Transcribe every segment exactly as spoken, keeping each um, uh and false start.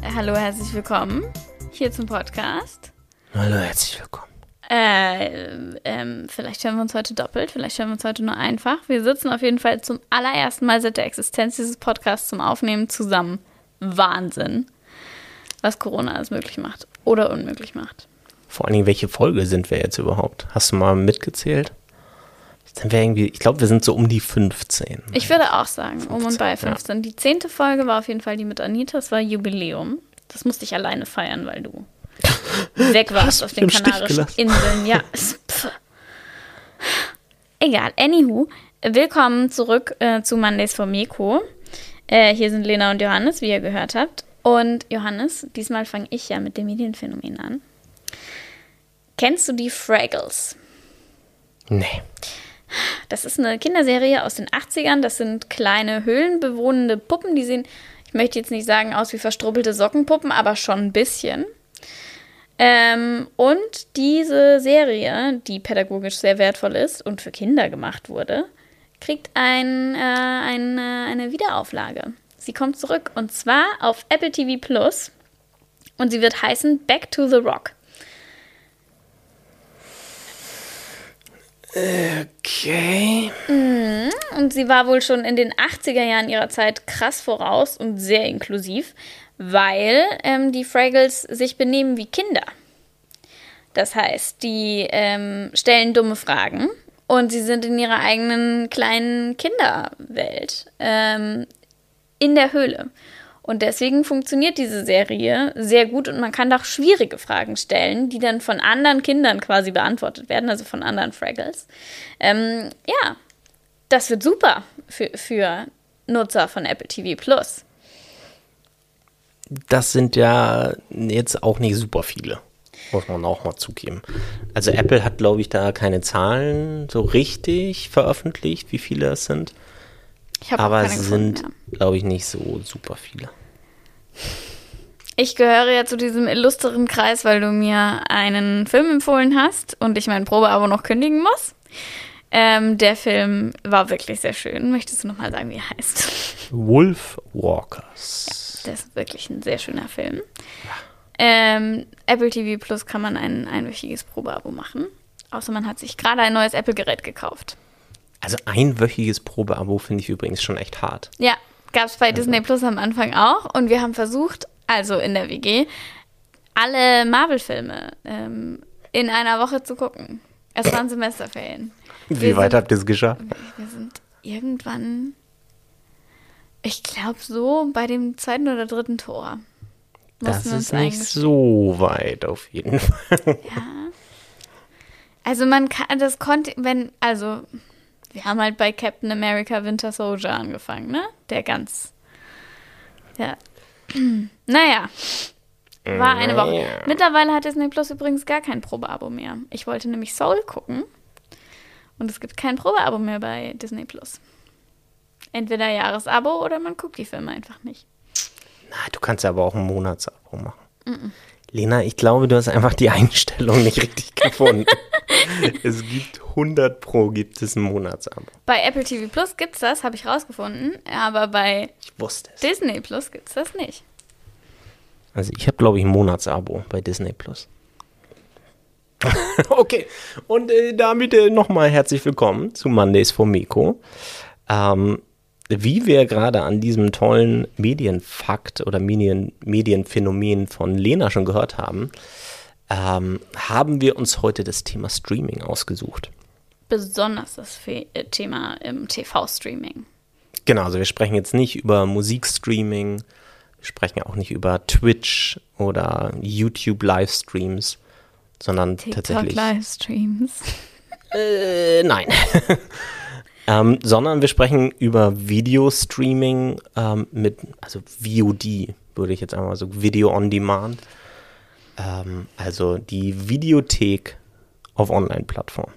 hallo, herzlich willkommen hier zum Podcast. Hallo, herzlich willkommen. Äh, ähm, vielleicht hören wir uns heute doppelt, vielleicht hören wir uns heute nur einfach. Wir sitzen auf jeden Fall zum allerersten Mal seit der Existenz dieses Podcasts zum Aufnehmen zusammen. Wahnsinn, was Corona alles möglich macht oder unmöglich macht. Vor allen Dingen, welche Folge sind wir jetzt überhaupt? Hast du mal mitgezählt? Sind wir irgendwie, ich glaube, wir sind so um die fünfzehn. Ich würde auch sagen, fünfzehn, um und bei fünfzehn. Ja. Die zehnte Folge war auf jeden Fall die mit Anita, das war Jubiläum. Das musste ich alleine feiern, weil du weg warst auf den Kanarischen Inseln. Ja, pff. Egal, anywho, willkommen zurück äh, zu Mondays for Meko. Äh, hier sind Lena und Johannes, wie ihr gehört habt. Und Johannes, diesmal fange ich ja mit dem Medienphänomen an. Kennst du die Fraggles? Nee. Das ist eine Kinderserie aus den achtzigern. Das sind kleine höhlenbewohnende Puppen. Die sehen, ich möchte jetzt nicht sagen, aus wie verstrubbelte Sockenpuppen, aber schon ein bisschen. Ähm, und diese Serie, die pädagogisch sehr wertvoll ist und für Kinder gemacht wurde, kriegt ein, äh, ein, äh, eine Wiederauflage. Sie kommt zurück und zwar auf Apple T V Plus und sie wird heißen Back to the Rock. Okay. Mhm. Und sie war wohl schon in den achtziger Jahren ihrer Zeit krass voraus und sehr inklusiv, weil ähm, die Fraggles sich benehmen wie Kinder. Das heißt, die ähm, stellen dumme Fragen und sie sind in ihrer eigenen kleinen Kinderwelt ähm, in der Höhle. Und deswegen funktioniert diese Serie sehr gut und man kann auch schwierige Fragen stellen, die dann von anderen Kindern quasi beantwortet werden, also von anderen Fraggles. Ähm, ja, das wird super für, für Nutzer von Apple T V Plus. Das sind ja jetzt auch nicht super viele, muss man auch mal zugeben. Also Apple hat, glaube ich, da keine Zahlen so richtig veröffentlicht, wie viele es sind. Ich hab Aber keine es gefunden, sind, ja. glaube ich, nicht so super viele. Ich gehöre ja zu diesem illustren Kreis, weil du mir einen Film empfohlen hast und ich mein Probeabo noch kündigen muss. Ähm, der Film war wirklich sehr schön. Möchtest du nochmal sagen, wie er heißt? Wolf Walkers. Ja, das ist wirklich ein sehr schöner Film. Ähm, Apple T V Plus kann man ein einwöchiges Probeabo machen. Außer man hat sich gerade ein neues Apple-Gerät gekauft. Also einwöchiges Probeabo finde ich übrigens schon echt hart. Ja, gab es bei also. Disney Plus am Anfang auch. Und wir haben versucht, also in der W G, alle Marvel-Filme ähm, in einer Woche zu gucken. Es waren Semesterferien. Wie wir weit sind, habt ihr es geschafft? Wir sind irgendwann, ich glaube so bei dem zweiten oder dritten Tor. Das ist nicht so weit auf jeden Fall. Ja. Also man kann, das konnte, wenn, also wir haben halt bei Captain America Winter Soldier angefangen, ne? Der ganz, ja, naja, war eine Woche. Naja. Mittlerweile hat Disney Plus übrigens gar kein Probeabo mehr. Ich wollte nämlich Soul gucken und es gibt kein Probeabo mehr bei Disney Plus. Entweder Jahresabo oder man guckt die Filme einfach nicht. Na, du kannst aber auch ein Monatsabo machen. Mm-mm. Lena, ich glaube, du hast einfach die Einstellung nicht richtig gefunden. Es gibt hundert Pro gibt es ein Monatsabo. Bei Apple T V Plus gibt's das, habe ich rausgefunden, aber bei ich wusste es. Disney Plus gibt's das nicht. Also ich habe, glaube ich, ein Monatsabo bei Disney Plus. Okay, und äh, damit äh, nochmal herzlich willkommen zu Mondays for Meko. Ähm, wie wir gerade an diesem tollen Medienfakt oder Medien, Medienphänomen von Lena schon gehört haben, ähm, haben wir uns heute das Thema Streaming ausgesucht. Besonders das Fe- äh, Thema im T V-Streaming. Genau, also wir sprechen jetzt nicht über Musikstreaming, wir sprechen auch nicht über Twitch oder YouTube-Livestreams, sondern TikTok tatsächlich... Livestreams. Äh, nein. ähm, sondern wir sprechen über Videostreaming ähm, mit, also V O D, würde ich jetzt einmal so, Video on Demand. Ähm, also die Videothek auf Online-Plattformen.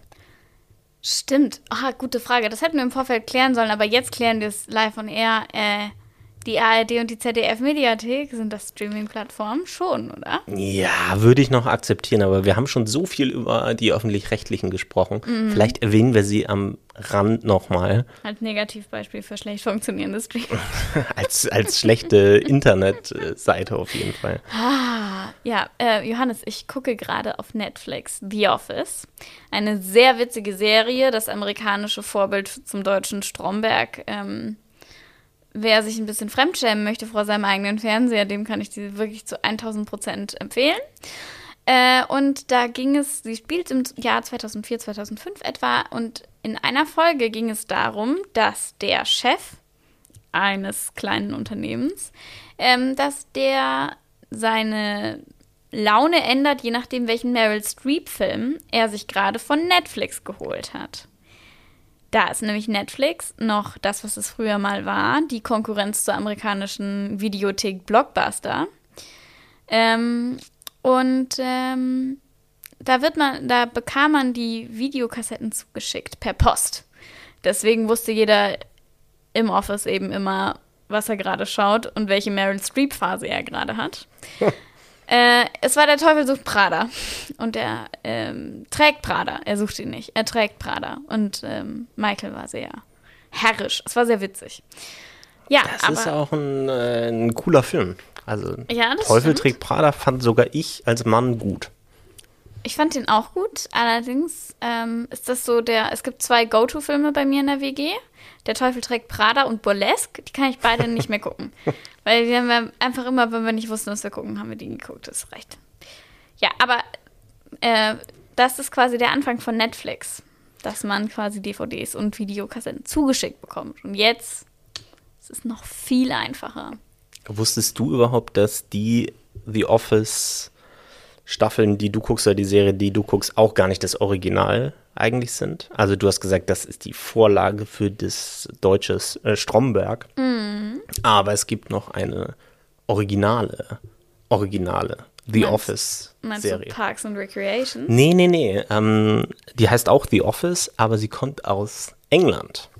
Stimmt. Ah, gute Frage. Das hätten wir im Vorfeld klären sollen, aber jetzt klären wir es live on air. Äh, Die A R D und die Z D F-Mediathek sind das Streaming-Plattformen schon, oder? Ja, würde ich noch akzeptieren, aber wir haben schon so viel über die Öffentlich-Rechtlichen gesprochen. Mhm. Vielleicht erwähnen wir sie am Rand nochmal. Als Negativbeispiel für schlecht funktionierende Streaming. als, als schlechte Internetseite auf jeden Fall. Ah, ja, äh, Johannes, ich gucke gerade auf Netflix The Office. Eine sehr witzige Serie, das amerikanische Vorbild zum deutschen Stromberg. Ähm, wer sich ein bisschen fremdschämen möchte vor seinem eigenen Fernseher, dem kann ich die wirklich zu tausend Prozent empfehlen. Äh, und da ging es, sie spielt im Jahr zweitausendvier, zweitausendfünf etwa, und in einer Folge ging es darum, dass der Chef eines kleinen Unternehmens, ähm, dass der seine Laune ändert, je nachdem, welchen Meryl Streep-Film er sich gerade von Netflix geholt hat. Da ist nämlich Netflix noch das, was es früher mal war, die Konkurrenz zur amerikanischen Videothek Blockbuster. Ähm, und ähm, da wird man, da bekam man die Videokassetten zugeschickt per Post. Deswegen wusste jeder im Office eben immer, was er gerade schaut und welche Meryl Streep-Phase er gerade hat. Äh, es war der Teufel sucht Prada. Und er ähm, trägt Prada. Er sucht ihn nicht. Er trägt Prada. Und ähm, Michael war sehr herrisch. Es war sehr witzig. Ja, das aber, ist auch ein, äh, ein cooler Film. Also ja, Teufel stimmt. trägt Prada fand sogar ich als Mann gut. Ich fand den auch gut. Allerdings ähm, ist das so der, es gibt zwei Go-To-Filme bei mir in der W G. Der Teufel trägt Prada und Burlesque. Die kann ich beide nicht mehr gucken. Weil die haben wir einfach immer, wenn wir nicht wussten, was wir gucken, haben wir die geguckt. Das reicht. Ja, aber äh, das ist quasi der Anfang von Netflix. Dass man quasi D V Ds und Videokassetten zugeschickt bekommt. Und jetzt ist es noch viel einfacher. Wusstest du überhaupt, dass die The Office Staffeln, die du guckst, oder die Serie, die du guckst, auch gar nicht das Original eigentlich sind? Also du hast gesagt, das ist die Vorlage für das deutsche äh, Stromberg. Mhm. Aber es gibt noch eine originale, originale The meinst, Office meinst Serie. Du Parks and Recreation? Nee, nee, nee. Ähm, die heißt auch The Office, aber sie kommt aus England.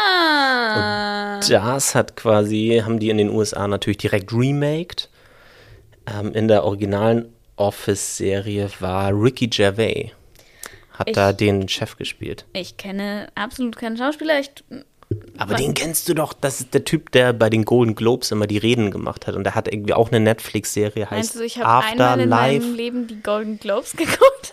Ah. Und das hat quasi, haben die in den U S A natürlich direkt remaked. Ähm, in der originalen Office-Serie war Ricky Gervais. Hat ich, da den Chef gespielt. Ich kenne absolut keinen Schauspieler. Ich, Aber was? Den kennst du doch. Das ist der Typ, der bei den Golden Globes immer die Reden gemacht hat. Und der hat irgendwie auch eine Netflix-Serie, heißt Afterlife. Ich habe einmal in meinem Leben die Golden Globes geguckt.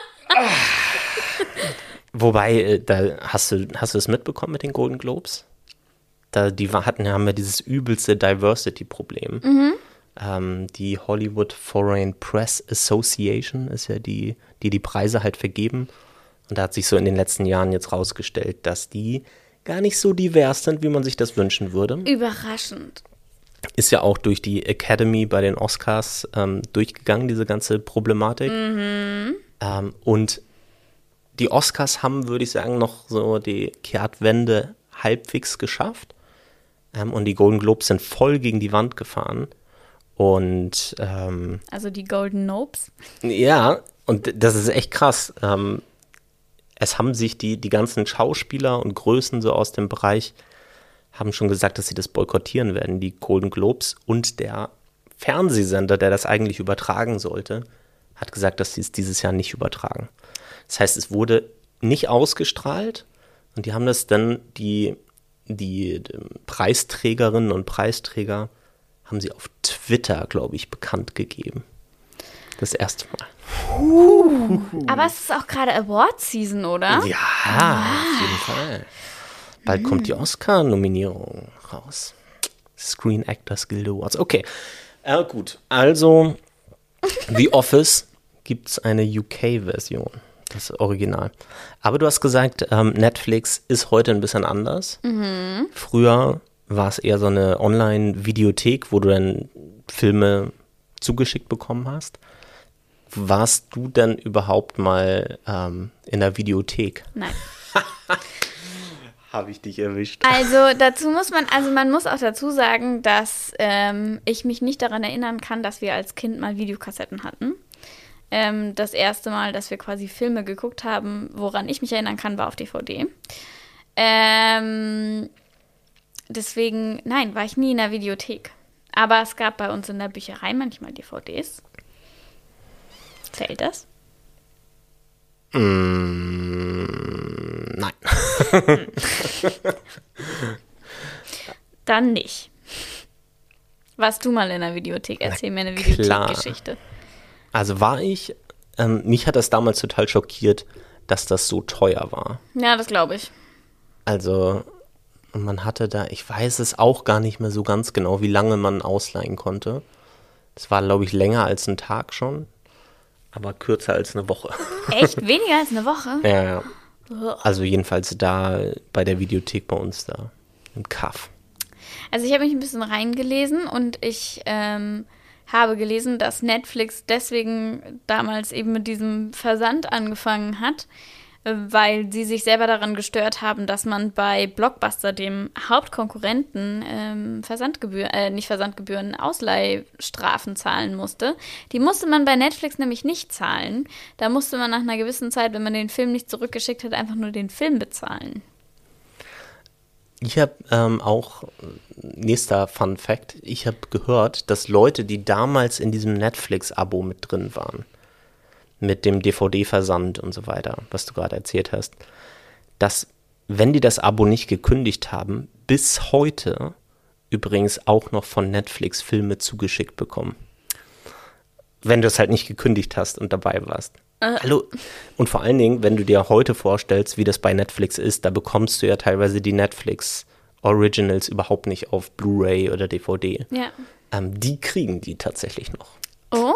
Wobei, da hast du, hast du es mitbekommen mit den Golden Globes? Da, die hatten, haben ja dieses übelste Diversity-Problem. Mhm. Ähm, die Hollywood Foreign Press Association ist ja die, die die Preise halt vergeben. Und da hat sich so in den letzten Jahren jetzt rausgestellt, dass die gar nicht so divers sind, wie man sich das wünschen würde. Überraschend. Ist ja auch durch die Academy bei den Oscars ähm, durchgegangen, diese ganze Problematik. Mhm. Ähm, und die Oscars haben, würde ich sagen, noch so die Kehrtwende halbwegs geschafft. Ähm, und die Golden Globes sind voll gegen die Wand gefahren. Und ähm, also die Golden Nopes? Ja, und das ist echt krass. Ähm, es haben sich die, die ganzen Schauspieler und Größen so aus dem Bereich haben schon gesagt, dass sie das boykottieren werden, die Golden Globes. Und der Fernsehsender, der das eigentlich übertragen sollte, hat gesagt, dass sie es dieses Jahr nicht übertragen. Das heißt, es wurde nicht ausgestrahlt und die haben das dann, die, die, die Preisträgerinnen und Preisträger haben sie auf Twitter, glaube ich, bekannt gegeben. Das erste Mal. Uh, aber es ist auch gerade Award-Season, oder? Ja, ah. auf jeden Fall. Bald mhm. kommt die Oscar-Nominierung raus. Screen Actors Guild Awards. Okay, äh, gut. Also, The Office gibt es eine U K-Version. Das Original. Aber du hast gesagt, ähm, Netflix ist heute ein bisschen anders. Mhm. Früher war es eher so eine Online-Videothek, wo du dann Filme zugeschickt bekommen hast. Warst du denn überhaupt mal ähm, in der Videothek? Nein. Habe ich dich erwischt. Also dazu muss man, also man muss auch dazu sagen, dass ähm, ich mich nicht daran erinnern kann, dass wir als Kind mal Videokassetten hatten. Ähm, das erste Mal, dass wir quasi Filme geguckt haben, woran ich mich erinnern kann, war auf D V D. Ähm... deswegen, nein, war ich nie in der Videothek. Aber es gab bei uns in der Bücherei manchmal D V Ds. Zählt das? Mm, nein. Dann nicht. Warst du mal in der Videothek? Erzähl mir eine Videothekgeschichte. Also war ich, ähm, mich hat das damals total schockiert, dass das so teuer war. Ja, das glaube ich. Also man hatte da, ich weiß es auch gar nicht mehr so ganz genau, wie lange man ausleihen konnte. Es war, glaube ich, länger als ein Tag schon, aber kürzer als eine Woche. Echt? Weniger als eine Woche? Ja, ja. Also jedenfalls da bei der Videothek bei uns da im Kaff. Also ich habe mich ein bisschen reingelesen und ich ähm, habe gelesen, dass Netflix deswegen damals eben mit diesem Versand angefangen hat, äh, weil sie sich selber daran gestört haben, dass man bei Blockbuster, dem Hauptkonkurrenten, ähm, Versandgebühren, äh, nicht Versandgebühren, Ausleihstrafen zahlen musste. Die musste man bei Netflix nämlich nicht zahlen. Da musste man nach einer gewissen Zeit, wenn man den Film nicht zurückgeschickt hat, einfach nur den Film bezahlen. Ich habe ähm, auch, nächster Fun Fact, ich habe gehört, dass Leute, die damals in diesem Netflix-Abo mit drin waren, mit dem D V D-Versand und so weiter, was du gerade erzählt hast, dass, wenn die das Abo nicht gekündigt haben, bis heute übrigens auch noch von Netflix Filme zugeschickt bekommen. Wenn du es halt nicht gekündigt hast und dabei warst. Äh. Hallo. Und vor allen Dingen, wenn du dir heute vorstellst, wie das bei Netflix ist, da bekommst du ja teilweise die Netflix Originals überhaupt nicht auf Blu-ray oder D V D. Ja. Ähm, die kriegen die tatsächlich noch. Oh.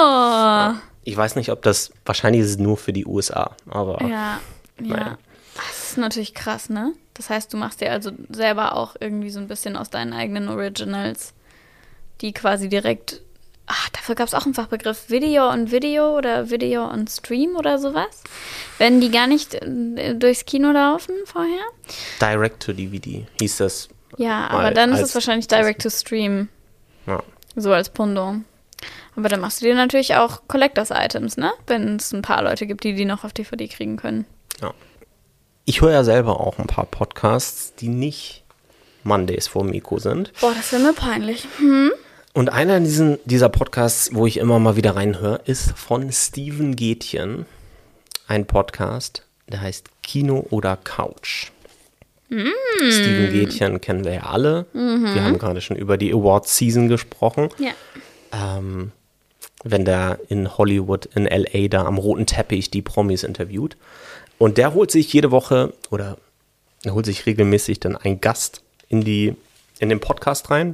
Ja. Ich weiß nicht, ob das, wahrscheinlich ist es nur für die U S A, aber ja, naja. Ja. Das ist natürlich krass, ne? Das heißt, du machst dir also selber auch irgendwie so ein bisschen aus deinen eigenen Originals, die quasi direkt, ach, dafür gab es auch einen Fachbegriff, Video on Video oder Video on Stream oder sowas. Wenn die gar nicht äh, durchs Kino laufen vorher. Direct to D V D hieß das. Ja, aber dann ist es wahrscheinlich Direct to Stream. Ja. So als Pendant. Aber dann machst du dir natürlich auch Collectors-Items, ne? Wenn es ein paar Leute gibt, die die noch auf D V D kriegen können. Ja. Ich höre ja selber auch ein paar Podcasts, die nicht Mondays for Miko sind. Boah, das wäre mir peinlich. Hm? Und einer diesen, dieser Podcasts, wo ich immer mal wieder reinhöre, ist von Steven Gätchen. Ein Podcast, der heißt Kino oder Couch. Mm. Steven Gätchen kennen wir ja alle. Mhm. Wir haben gerade schon über die Awards-Season gesprochen. Ja. Ähm, wenn der in Hollywood, in L A da am roten Teppich die Promis interviewt. Und der holt sich jede Woche oder er holt sich regelmäßig dann einen Gast in, die, in den Podcast rein.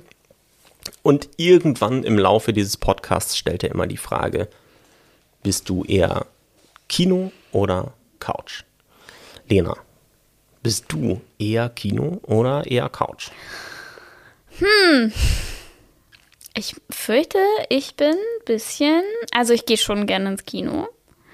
Und irgendwann im Laufe dieses Podcasts stellt er immer die Frage, bist du eher Kino oder Couch? Lena, bist du eher Kino oder eher Couch? Hm. Ich fürchte, ich bin ein bisschen, also ich gehe schon gerne ins Kino,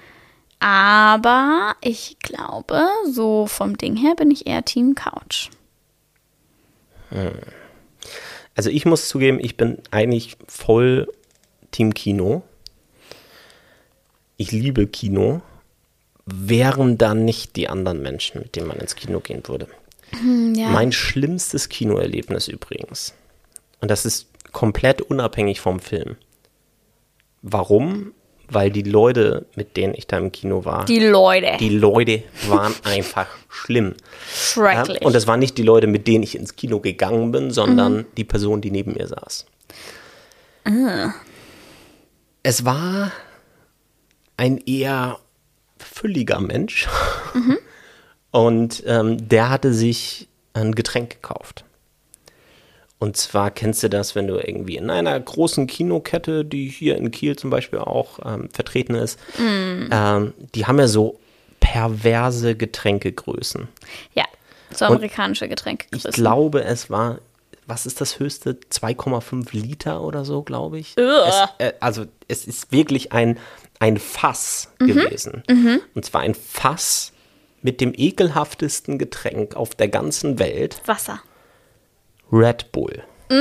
aber ich glaube, so vom Ding her bin ich eher Team Couch. Hm. Also ich muss zugeben, ich bin eigentlich voll Team Kino. Ich liebe Kino. Wären da nicht die anderen Menschen, mit denen man ins Kino gehen würde. Ja. Mein schlimmstes Kinoerlebnis übrigens. Und das ist komplett unabhängig vom Film. Warum? Weil die Leute, mit denen ich da im Kino war, die Leute, die Leute waren einfach schlimm. Schrecklich. Ja? Und das waren nicht die Leute, mit denen ich ins Kino gegangen bin, sondern mhm. die Person, die neben mir saß. Uh. Es war ein eher fülliger Mensch. Mhm. Und ähm, der hatte sich ein Getränk gekauft. Und zwar kennst du das, wenn du irgendwie in einer großen Kinokette, die hier in Kiel zum Beispiel auch ähm, vertreten ist, mm. ähm, die haben ja so perverse Getränkegrößen. Ja, so amerikanische Getränkegrößen. Ich glaube, es war, was ist das höchste? zwei Komma fünf Liter oder so, glaube ich. Es, äh, also es ist wirklich ein, ein Fass mhm. gewesen. Mhm. Und zwar ein Fass mit dem ekelhaftesten Getränk auf der ganzen Welt. Wasser. Red Bull. Mm.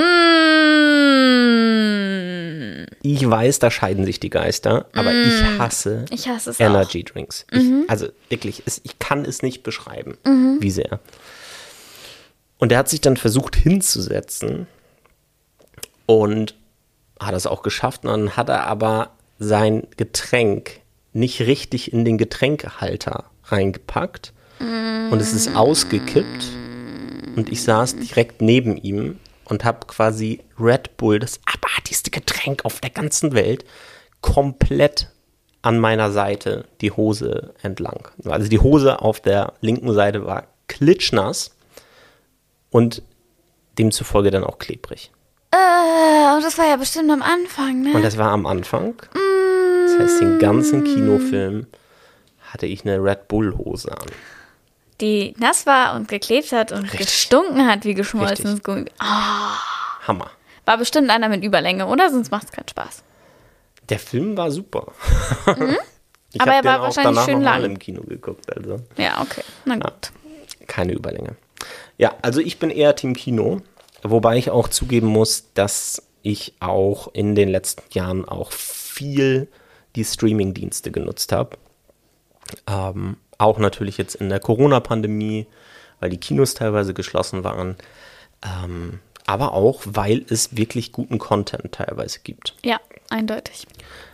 Ich weiß, da scheiden sich die Geister, aber mm. ich hasse, ich hasse es Energy auch. Drinks. Ich, mhm. Also wirklich, es, ich kann es nicht beschreiben, mhm. wie sehr. Und der hat sich dann versucht hinzusetzen und hat es auch geschafft. Und dann hat er aber sein Getränk nicht richtig in den Getränkehalter reingepackt. Mm. Und es ist ausgekippt. Und ich saß direkt neben ihm und habe quasi Red Bull, das abartigste Getränk auf der ganzen Welt, komplett an meiner Seite die Hose entlang. Also die Hose auf der linken Seite war klitschnass. Und demzufolge dann auch klebrig. Äh, das war ja bestimmt am Anfang, ne? Und das war am Anfang. Mm. Das heißt, den ganzen Kinofilm hatte ich eine Red Bull-Hose an. Die nass war und geklebt hat und Richtig. gestunken hat wie geschmolzenes Gummi. Oh. Hammer. War bestimmt einer mit Überlänge, oder? Sonst macht es keinen Spaß. Der Film war super. Mhm. Ich Aber habe er war den auch wahrscheinlich danach schön noch mal lang. im Kino geguckt. Also. Ja, okay. Na gut. Ja, keine Überlänge. Ja, also ich bin eher Team Kino, wobei ich auch zugeben muss, dass ich auch in den letzten Jahren auch viel die Streaming-Dienste genutzt habe. Ähm, auch natürlich jetzt in der Corona-Pandemie, weil die Kinos teilweise geschlossen waren, ähm, aber auch, weil es wirklich guten Content teilweise gibt. Ja, eindeutig.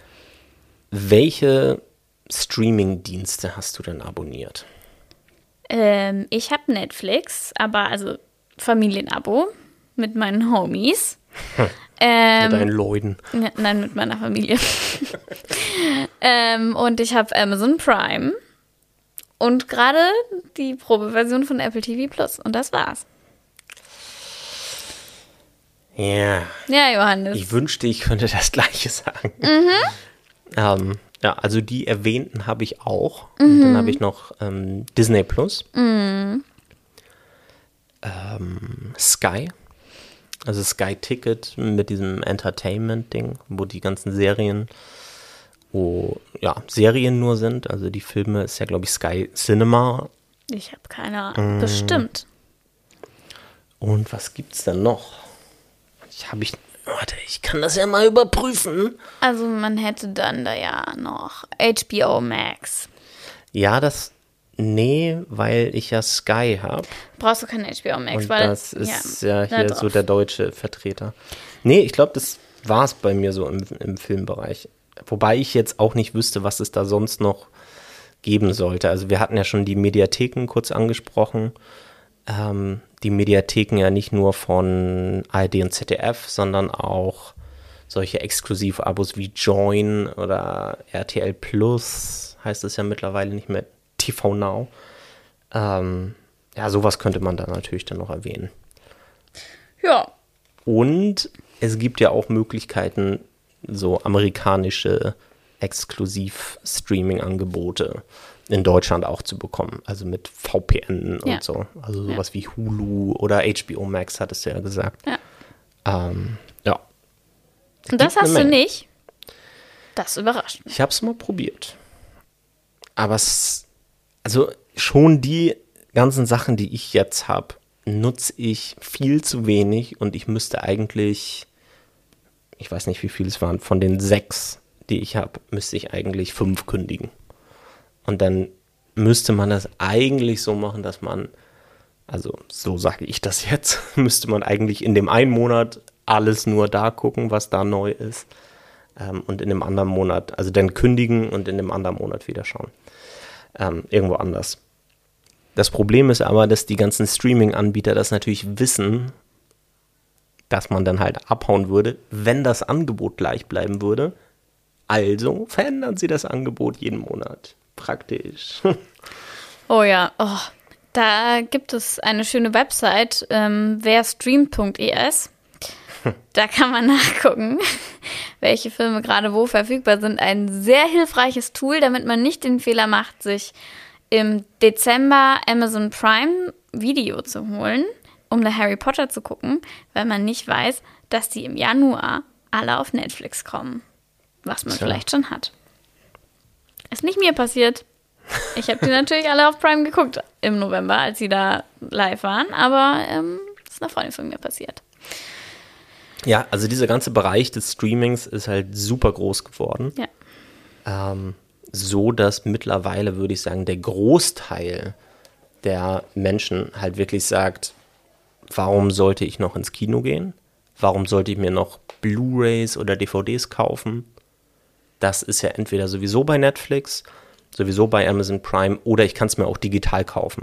Welche Streaming-Dienste hast du denn abonniert? Ähm, ich habe Netflix, aber also Familienabo mit meinen Homies. Hm. Ähm, mit deinen Leuten. Ja, nein, mit meiner Familie. ähm, und ich habe Amazon Prime und gerade die Probeversion von Apple T V Plus. Und das war's. Ja. Ja, Johannes. Ich wünschte, ich könnte das Gleiche sagen. Mhm. Ähm, ja, also die erwähnten habe ich auch. Mhm. Und dann habe ich noch ähm, Disney Plus. Mhm. Ähm, Sky. Also Sky Ticket mit diesem Entertainment-Ding, wo die ganzen Serien, wo ja, Serien nur sind. Also die Filme ist ja, glaube ich, Sky Cinema. Ich habe keine Ahnung. Mhm. Bestimmt. Und was gibt's denn noch? Ich habe ich. Warte, ich kann das ja mal überprüfen. Also man hätte dann da ja noch H B O Max. Ja, das, nee, weil ich ja Sky habe. Brauchst du kein H B O Max, und weil das ist ja, ja hier so der deutsche Vertreter. Nee, ich glaube, das war es bei mir so im, im Filmbereich. Wobei ich jetzt auch nicht wüsste, was es da sonst noch geben sollte. Also wir hatten ja schon die Mediatheken kurz angesprochen. Ähm, die Mediatheken ja nicht nur von A R D und Z D F, sondern auch solche Exklusiv-Abos wie Join oder R T L Plus, heißt es ja mittlerweile nicht mehr, T V Now. Ähm, ja, sowas könnte man da natürlich dann noch erwähnen. Ja. Und es gibt ja auch Möglichkeiten, so amerikanische Exklusiv-Streaming-Angebote in Deutschland auch zu bekommen. Also mit V P N und ja. so. Also sowas ja. wie Hulu oder H B O Max, hattest du ja gesagt. Ja. Ähm, ja. Und das hast du nicht? Das überrascht mich. Ich habe es mal probiert. Aber es, also schon die ganzen Sachen, die ich jetzt habe, nutze ich viel zu wenig und ich müsste eigentlich, ich weiß nicht, wie viele es waren, von den sechs, die ich habe, müsste ich eigentlich fünf kündigen. Und dann müsste man das eigentlich so machen, dass man, also so sage ich das jetzt, müsste man eigentlich in dem einen Monat alles nur da gucken, was da neu ist. Ähm, und in dem anderen Monat, also dann kündigen und in dem anderen Monat wieder schauen. Ähm, irgendwo anders. Das Problem ist aber, dass die ganzen Streaming-Anbieter das natürlich wissen, dass man dann halt abhauen würde, wenn das Angebot gleich bleiben würde. Also verändern sie das Angebot jeden Monat. Praktisch. Oh ja, oh, da gibt es eine schöne Website, ähm, wer streamt punkt e s. Da kann man nachgucken, welche Filme gerade wo verfügbar sind. Ein sehr hilfreiches Tool, damit man nicht den Fehler macht, sich im Dezember Amazon Prime Video zu holen, um da Harry Potter zu gucken, weil man nicht weiß, dass die im Januar alle auf Netflix kommen. Was man Tja. vielleicht schon hat. Ist nicht mir passiert. Ich habe die natürlich alle auf Prime geguckt im November, als sie da live waren, aber ähm, ist einer Freundin von mir passiert. Ja, also dieser ganze Bereich des Streamings ist halt super groß geworden. Ja. Ähm, so, dass mittlerweile, würde ich sagen, der Großteil der Menschen halt wirklich sagt, warum sollte ich noch ins Kino gehen? Warum sollte ich mir noch Blu-rays oder D V Ds kaufen? Das ist ja entweder sowieso bei Netflix, sowieso bei Amazon Prime oder ich kann es mir auch digital kaufen.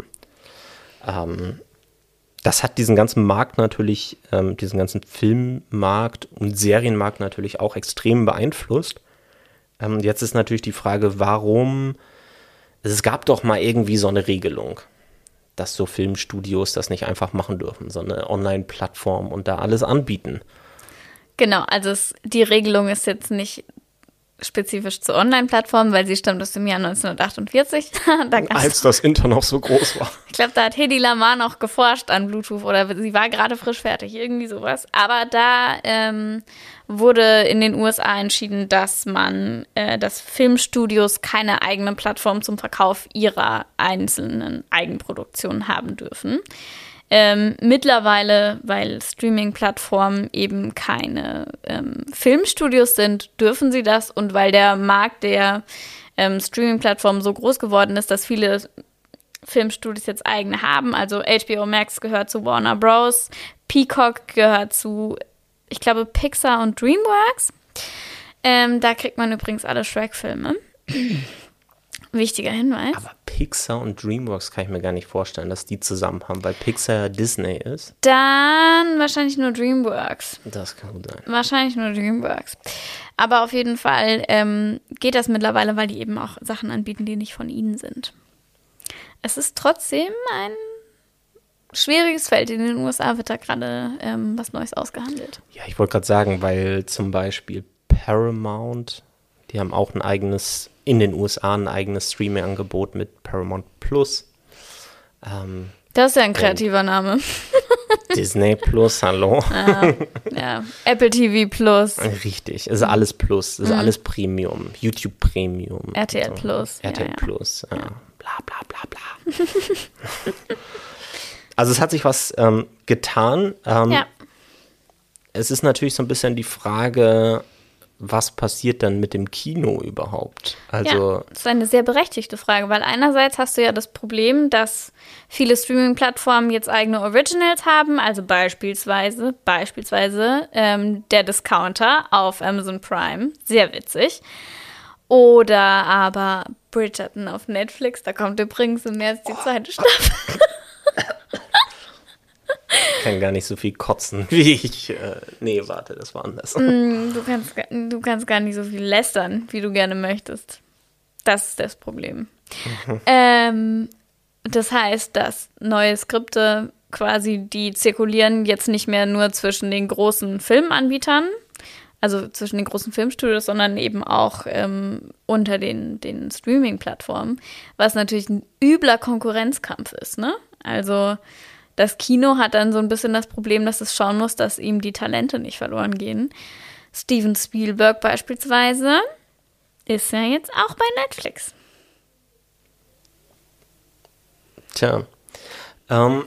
Ähm, das hat diesen ganzen Markt natürlich, ähm, diesen ganzen Filmmarkt und Serienmarkt natürlich auch extrem beeinflusst. Ähm, jetzt ist natürlich die Frage, warum, es gab doch mal irgendwie so eine Regelung, dass so Filmstudios das nicht einfach machen dürfen, so eine Online-Plattform und da alles anbieten. Genau, also es, die Regelung ist jetzt nicht spezifisch zur Online-Plattform, weil sie stammt aus dem Jahr neunzehnhundertachtundvierzig. da Als das Internet noch so groß war. Ich glaube, da hat Hedy Lamarr noch geforscht an Bluetooth oder sie war gerade frisch fertig, irgendwie sowas. Aber da ähm, wurde in den U S A entschieden, dass man, äh, dass Filmstudios keine eigene Plattform zum Verkauf ihrer einzelnen Eigenproduktionen haben dürfen. Ähm, mittlerweile, weil Streaming-Plattformen eben keine ähm, Filmstudios sind, dürfen sie das. Und weil der Markt der ähm, Streaming-Plattformen so groß geworden ist, dass viele Filmstudios jetzt eigene haben. Also H B O Max gehört zu Warner Bros. Peacock gehört zu, ich glaube, Pixar und DreamWorks. Ähm, da kriegt man übrigens alle Shrek-Filme. Wichtiger Hinweis. Aber Pixar und DreamWorks kann ich mir gar nicht vorstellen, dass die zusammen haben, weil Pixar ja Disney ist. Dann wahrscheinlich nur DreamWorks. Das kann gut sein. Wahrscheinlich nur DreamWorks. Aber auf jeden Fall ähm, geht das mittlerweile, weil die eben auch Sachen anbieten, die nicht von ihnen sind. Es ist trotzdem ein schwieriges Feld. In den U S A wird da gerade ähm, was Neues ausgehandelt. Ja, ich wollte gerade sagen, weil zum Beispiel Paramount, die haben auch ein eigenes, in den U S A ein eigenes Streaming-Angebot mit Paramount Plus. Ähm, das ist ja ein kreativer Name. Disney Plus, hallo. Ah, ja, Apple T V Plus. Richtig, es ist alles Plus, es ist Mhm. alles Premium, YouTube Premium. R T L so. Plus. R T L ja, ja. Plus, ja. Bla bla bla bla. Also es hat sich was ähm, getan. Ähm, Ja. Es ist natürlich so ein bisschen die Frage, was passiert dann mit dem Kino überhaupt? Also Ja, das ist eine sehr berechtigte Frage, weil einerseits hast du ja das Problem, dass viele Streaming-Plattformen jetzt eigene Originals haben, also beispielsweise, beispielsweise ähm, der Discounter auf Amazon Prime, sehr witzig. Oder aber Bridgerton auf Netflix, da kommt übrigens im März die zweite Staffel. ich kann gar nicht so viel kotzen, wie ich. Äh, nee, warte, das war anders. Mm, Du kannst, ga- du kannst gar nicht so viel lästern, wie du gerne möchtest. Das ist das Problem. Ähm, das heißt, dass neue Skripte quasi, die zirkulieren jetzt nicht mehr nur zwischen den großen Filmanbietern, also zwischen den großen Filmstudios, sondern eben auch ähm, unter den, den Streaming-Plattformen, was natürlich ein übler Konkurrenzkampf ist, ne? Also das Kino hat dann so ein bisschen das Problem, dass es schauen muss, dass ihm die Talente nicht verloren gehen. Steven Spielberg beispielsweise ist ja jetzt auch bei Netflix. Tja. Ähm,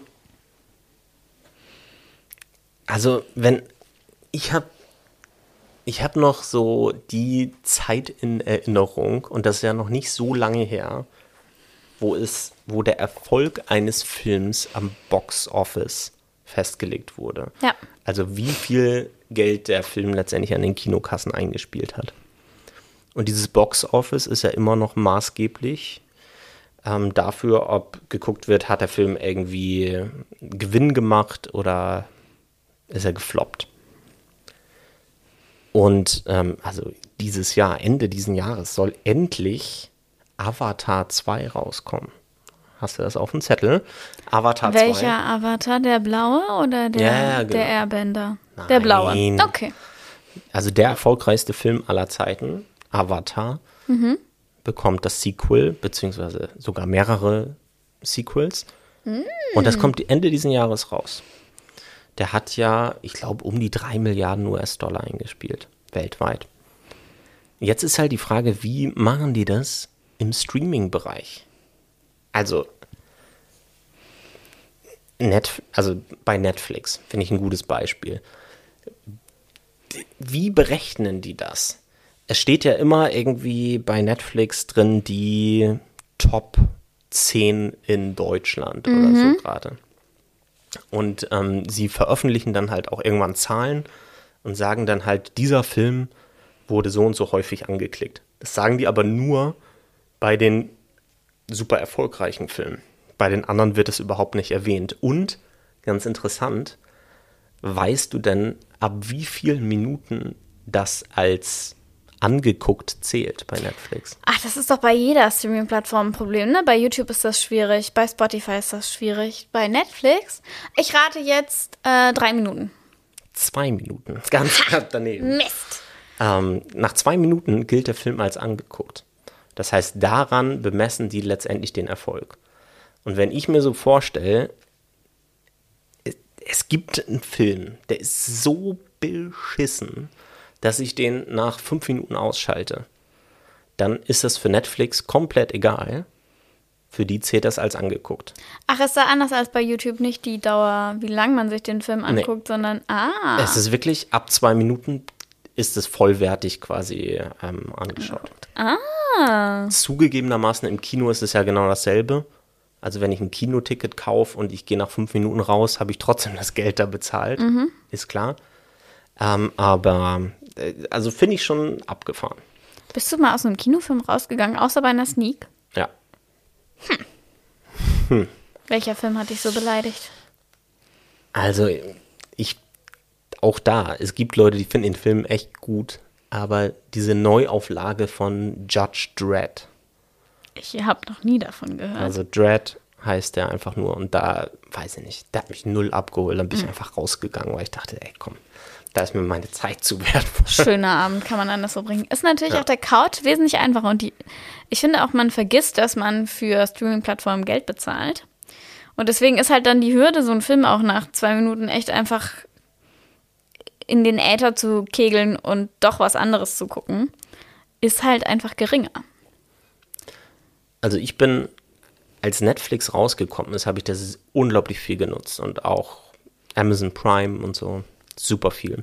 also, wenn ich habe ich habe noch so die Zeit in Erinnerung, und das ist ja noch nicht so lange her, wo es, wo der Erfolg eines Films am Box-Office festgelegt wurde. Ja. Also wie viel Geld der Film letztendlich an den Kinokassen eingespielt hat. Und dieses Box-Office ist ja immer noch maßgeblich ähm, dafür, ob geguckt wird, hat der Film irgendwie Gewinn gemacht oder ist er gefloppt. Und ähm, also dieses Jahr, Ende diesen Jahres, soll endlich Avatar zwei rauskommen. Hast du das auf dem Zettel? Avatar zwei. Welcher Avatar? Der blaue oder der, Ja, ja, genau. der Airbender? Der blaue. Nein. Okay. Also der erfolgreichste Film aller Zeiten, Avatar, Mhm. bekommt das Sequel, beziehungsweise sogar mehrere Sequels. Mm. Und das kommt Ende diesen Jahres raus. Der hat ja, ich glaube, um die drei Milliarden U S-Dollar eingespielt, weltweit. Jetzt ist halt die Frage, wie machen die das im Streaming-Bereich? Also, Net, also bei Netflix finde ich ein gutes Beispiel. Wie berechnen die das? Es steht ja immer irgendwie bei Netflix drin die Top zehn in Deutschland oder so gerade. Und ähm, sie veröffentlichen dann halt auch irgendwann Zahlen und sagen dann halt, dieser Film wurde so und so häufig angeklickt. Das sagen die aber nur bei den super erfolgreichen Filmen. Bei den anderen wird es überhaupt nicht erwähnt. Und, ganz interessant, weißt du denn, ab wie vielen Minuten das als angeguckt zählt bei Netflix? Ach, das ist doch bei jeder Streaming-Plattform ein Problem, ne? Bei YouTube ist das schwierig, bei Spotify ist das schwierig, bei Netflix, ich rate jetzt äh, drei Minuten. Zwei Minuten, ganz knapp daneben. Mist. Ähm, nach zwei Minuten gilt der Film als angeguckt. Das heißt, daran bemessen die letztendlich den Erfolg. Und wenn ich mir so vorstelle, es, es gibt einen Film, der ist so beschissen, dass ich den nach fünf Minuten ausschalte, dann ist das für Netflix komplett egal. Für die zählt das als angeguckt. Ach, ist da anders als bei YouTube nicht die Dauer, wie lang man sich den Film anguckt, nee. sondern, ah. Es ist wirklich, ab zwei Minuten ist es vollwertig quasi ähm, angeschaut. Ah. Zugegebenermaßen im Kino ist es ja genau dasselbe. Also wenn ich ein Kinoticket kaufe und ich gehe nach fünf Minuten raus, habe ich trotzdem das Geld da bezahlt. Mhm. Ist klar. Ähm, aber, äh, also finde ich schon abgefahren. Bist du mal aus einem Kinofilm rausgegangen, außer bei einer Sneak? Ja. Hm. Hm. Welcher Film hat dich so beleidigt? Also, ich, auch da, es gibt Leute, die finden den Film echt gut, aber diese Neuauflage von Judge Dredd. Ich habe noch nie davon gehört. Also Dredd heißt der einfach nur und da, weiß ich nicht, der hat mich null abgeholt, dann bin ich mhm. einfach rausgegangen, weil ich dachte, ey komm, da ist mir meine Zeit zu wertvoll. Schöner Abend, kann man anders so bringen. Ist natürlich ja. auf der Couch wesentlich einfacher und die, ich finde auch, man vergisst, dass man für Streaming-Plattformen Geld bezahlt. Und deswegen ist halt dann die Hürde, so einen Film auch nach zwei Minuten echt einfach in den Äther zu kegeln und doch was anderes zu gucken, ist halt einfach geringer. Also ich bin, als Netflix rausgekommen ist, habe ich das unglaublich viel genutzt und auch Amazon Prime und so, super viel.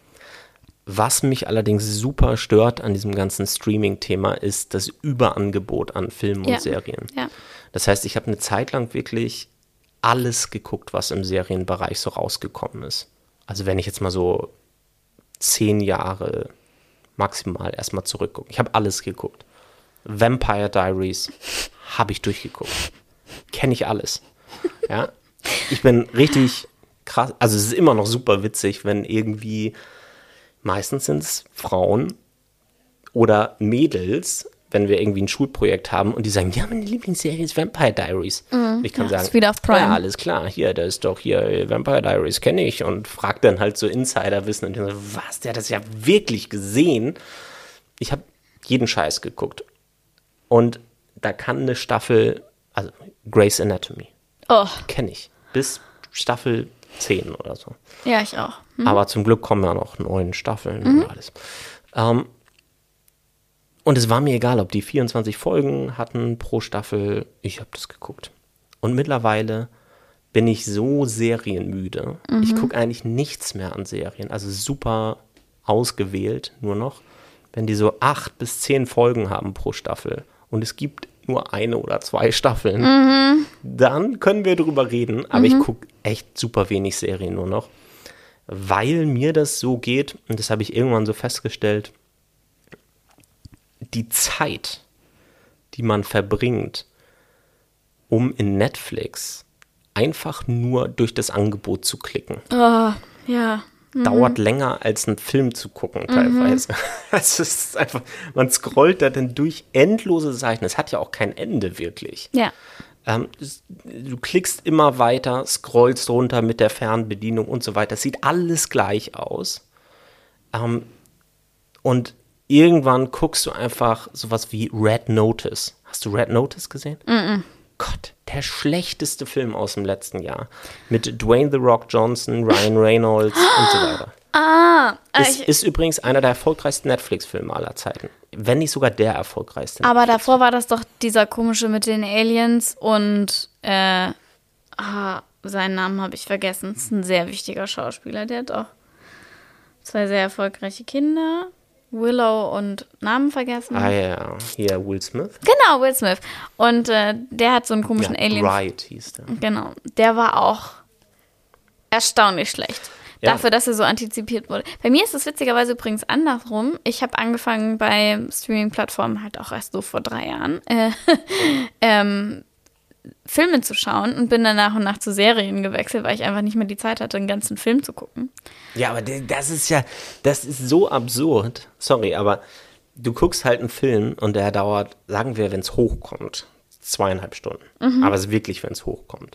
Was mich allerdings super stört an diesem ganzen Streaming-Thema ist das Überangebot an Filmen ja. und Serien. Ja. Das heißt, ich habe eine Zeit lang wirklich alles geguckt, was im Serienbereich so rausgekommen ist. Also wenn ich jetzt mal so zehn Jahre maximal erstmal zurückgucke. Ich habe alles geguckt. Vampire Diaries habe ich durchgeguckt. Kenne ich alles. Ja. Ich bin richtig krass, also es ist immer noch super witzig, wenn irgendwie, meistens sind es Frauen oder Mädels, wenn wir irgendwie ein Schulprojekt haben und die sagen, ja, meine Lieblingsserie ist Vampire Diaries. Mhm, ich kann ja, sagen, ist wieder auf Prime. Ja, alles klar, hier, das ist doch hier, Vampire Diaries kenne ich und frag dann halt so Insiderwissen und die sagen, was, der hat das ja wirklich gesehen. Ich habe jeden Scheiß geguckt. Und da kann eine Staffel, also Grey's Anatomy, oh. kenne ich, bis Staffel zehn oder so. Ja, ich auch. Mhm. Aber zum Glück kommen ja noch neun Staffeln mhm. und alles. Ähm, und es war mir egal, ob die vierundzwanzig Folgen hatten pro Staffel. Ich habe das geguckt. Und mittlerweile bin ich so serienmüde. Mhm. Ich gucke eigentlich nichts mehr an Serien. Also super ausgewählt nur noch. Wenn die so acht bis zehn Folgen haben pro Staffel und es gibt nur eine oder zwei Staffeln, mhm. dann können wir drüber reden. Aber mhm. ich gucke echt super wenig Serien nur noch, weil mir das so geht, und das habe ich irgendwann so festgestellt, die Zeit, die man verbringt, um in Netflix einfach nur durch das Angebot zu klicken. Oh, ja. Mhm. Dauert länger als einen Film zu gucken teilweise. Mhm. Es ist einfach, man scrollt da dann durch endlose Seiten. Es hat ja auch kein Ende wirklich. Ja. Ähm, du klickst immer weiter, scrollst runter mit der Fernbedienung und so weiter. Es sieht alles gleich aus. Ähm, und irgendwann guckst du einfach sowas wie Red Notice. Hast du Red Notice gesehen? Mhm. Gott, der schlechteste Film aus dem letzten Jahr. Mit Dwayne The Rock Johnson, Ryan Reynolds und so weiter. Ah. Ist, ist übrigens einer der erfolgreichsten Netflix-Filme aller Zeiten. Wenn nicht sogar der erfolgreichste. Aber davor war das doch dieser komische mit den Aliens und äh, ah, seinen Namen habe ich vergessen. Das ist ein sehr wichtiger Schauspieler. Der hat auch zwei sehr erfolgreiche Kinder. Willow und Namen vergessen. Ah ja, hier Will Smith. Genau, Will Smith. Und äh, der hat so einen komischen ja, Alien. Right hieß der. Genau, der war auch erstaunlich schlecht. Ja. Dafür, dass er so antizipiert wurde. Bei mir ist es witzigerweise übrigens andersrum. Ich habe angefangen bei Streaming-Plattformen halt auch erst so vor drei Jahren äh, ähm, Filme zu schauen und bin dann nach und nach zu Serien gewechselt, weil ich einfach nicht mehr die Zeit hatte, einen ganzen Film zu gucken. Ja, aber das ist ja, das ist so absurd. Sorry, aber du guckst halt einen Film und der dauert, sagen wir, wenn es hochkommt, zweieinhalb Stunden. Mhm. Aber es ist wirklich, wenn es hochkommt.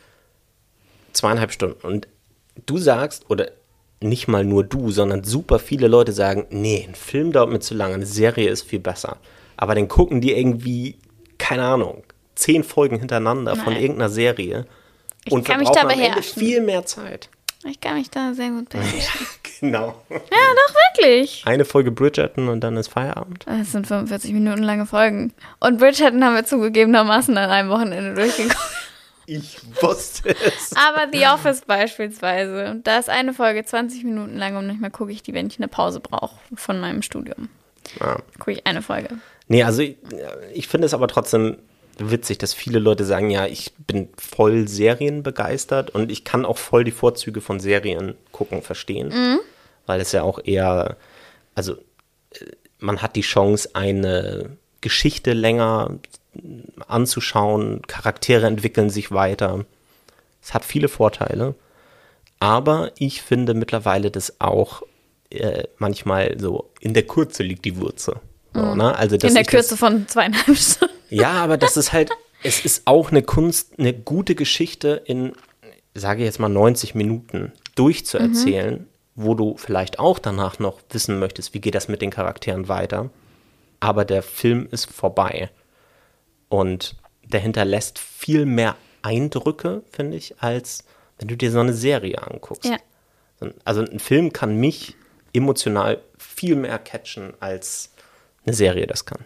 Zweieinhalb Stunden. Und du sagst, oder nicht mal nur du, sondern super viele Leute sagen, nee, ein Film dauert mir zu lange, eine Serie ist viel besser. Aber dann gucken die irgendwie, keine Ahnung, zehn Folgen hintereinander Nein. von irgendeiner Serie ich und kann mich da am Ende beherrschen. viel mehr Zeit. Ich kann mich da sehr gut beherrschen. Ja, genau. Ja, doch, wirklich. Eine Folge Bridgerton und dann ist Feierabend. Das sind fünfundvierzig Minuten lange Folgen. Und Bridgerton haben wir zugegebenermaßen an einem Wochenende durchgeguckt. Ich wusste es. Aber The Office beispielsweise. Da ist eine Folge zwanzig Minuten lang und manchmal gucke ich die, wenn ich eine Pause brauche von meinem Studium. Ja. Gucke ich eine Folge. Nee, also ich, ich finde es aber trotzdem witzig, dass viele Leute sagen, ja, ich bin voll serienbegeistert und ich kann auch voll die Vorzüge von Serien gucken, verstehen. Mhm. Weil es ja auch eher, also man hat die Chance, eine Geschichte länger anzuschauen, Charaktere entwickeln sich weiter. Es hat viele Vorteile, aber ich finde mittlerweile, dass auch äh, manchmal so in der Kürze liegt die Würze. So, mhm. ne? Also, dass in der ich Kürze das, von zweieinhalb Stunden. Ja, aber das ist halt, es ist auch eine Kunst, eine gute Geschichte in, sage ich jetzt mal, neunzig Minuten durchzuerzählen, mhm. wo du vielleicht auch danach noch wissen möchtest, wie geht das mit den Charakteren weiter. Aber der Film ist vorbei. Und der hinterlässt viel mehr Eindrücke, finde ich, als wenn du dir so eine Serie anguckst. Ja. Also ein Film kann mich emotional viel mehr catchen, als eine Serie das kann.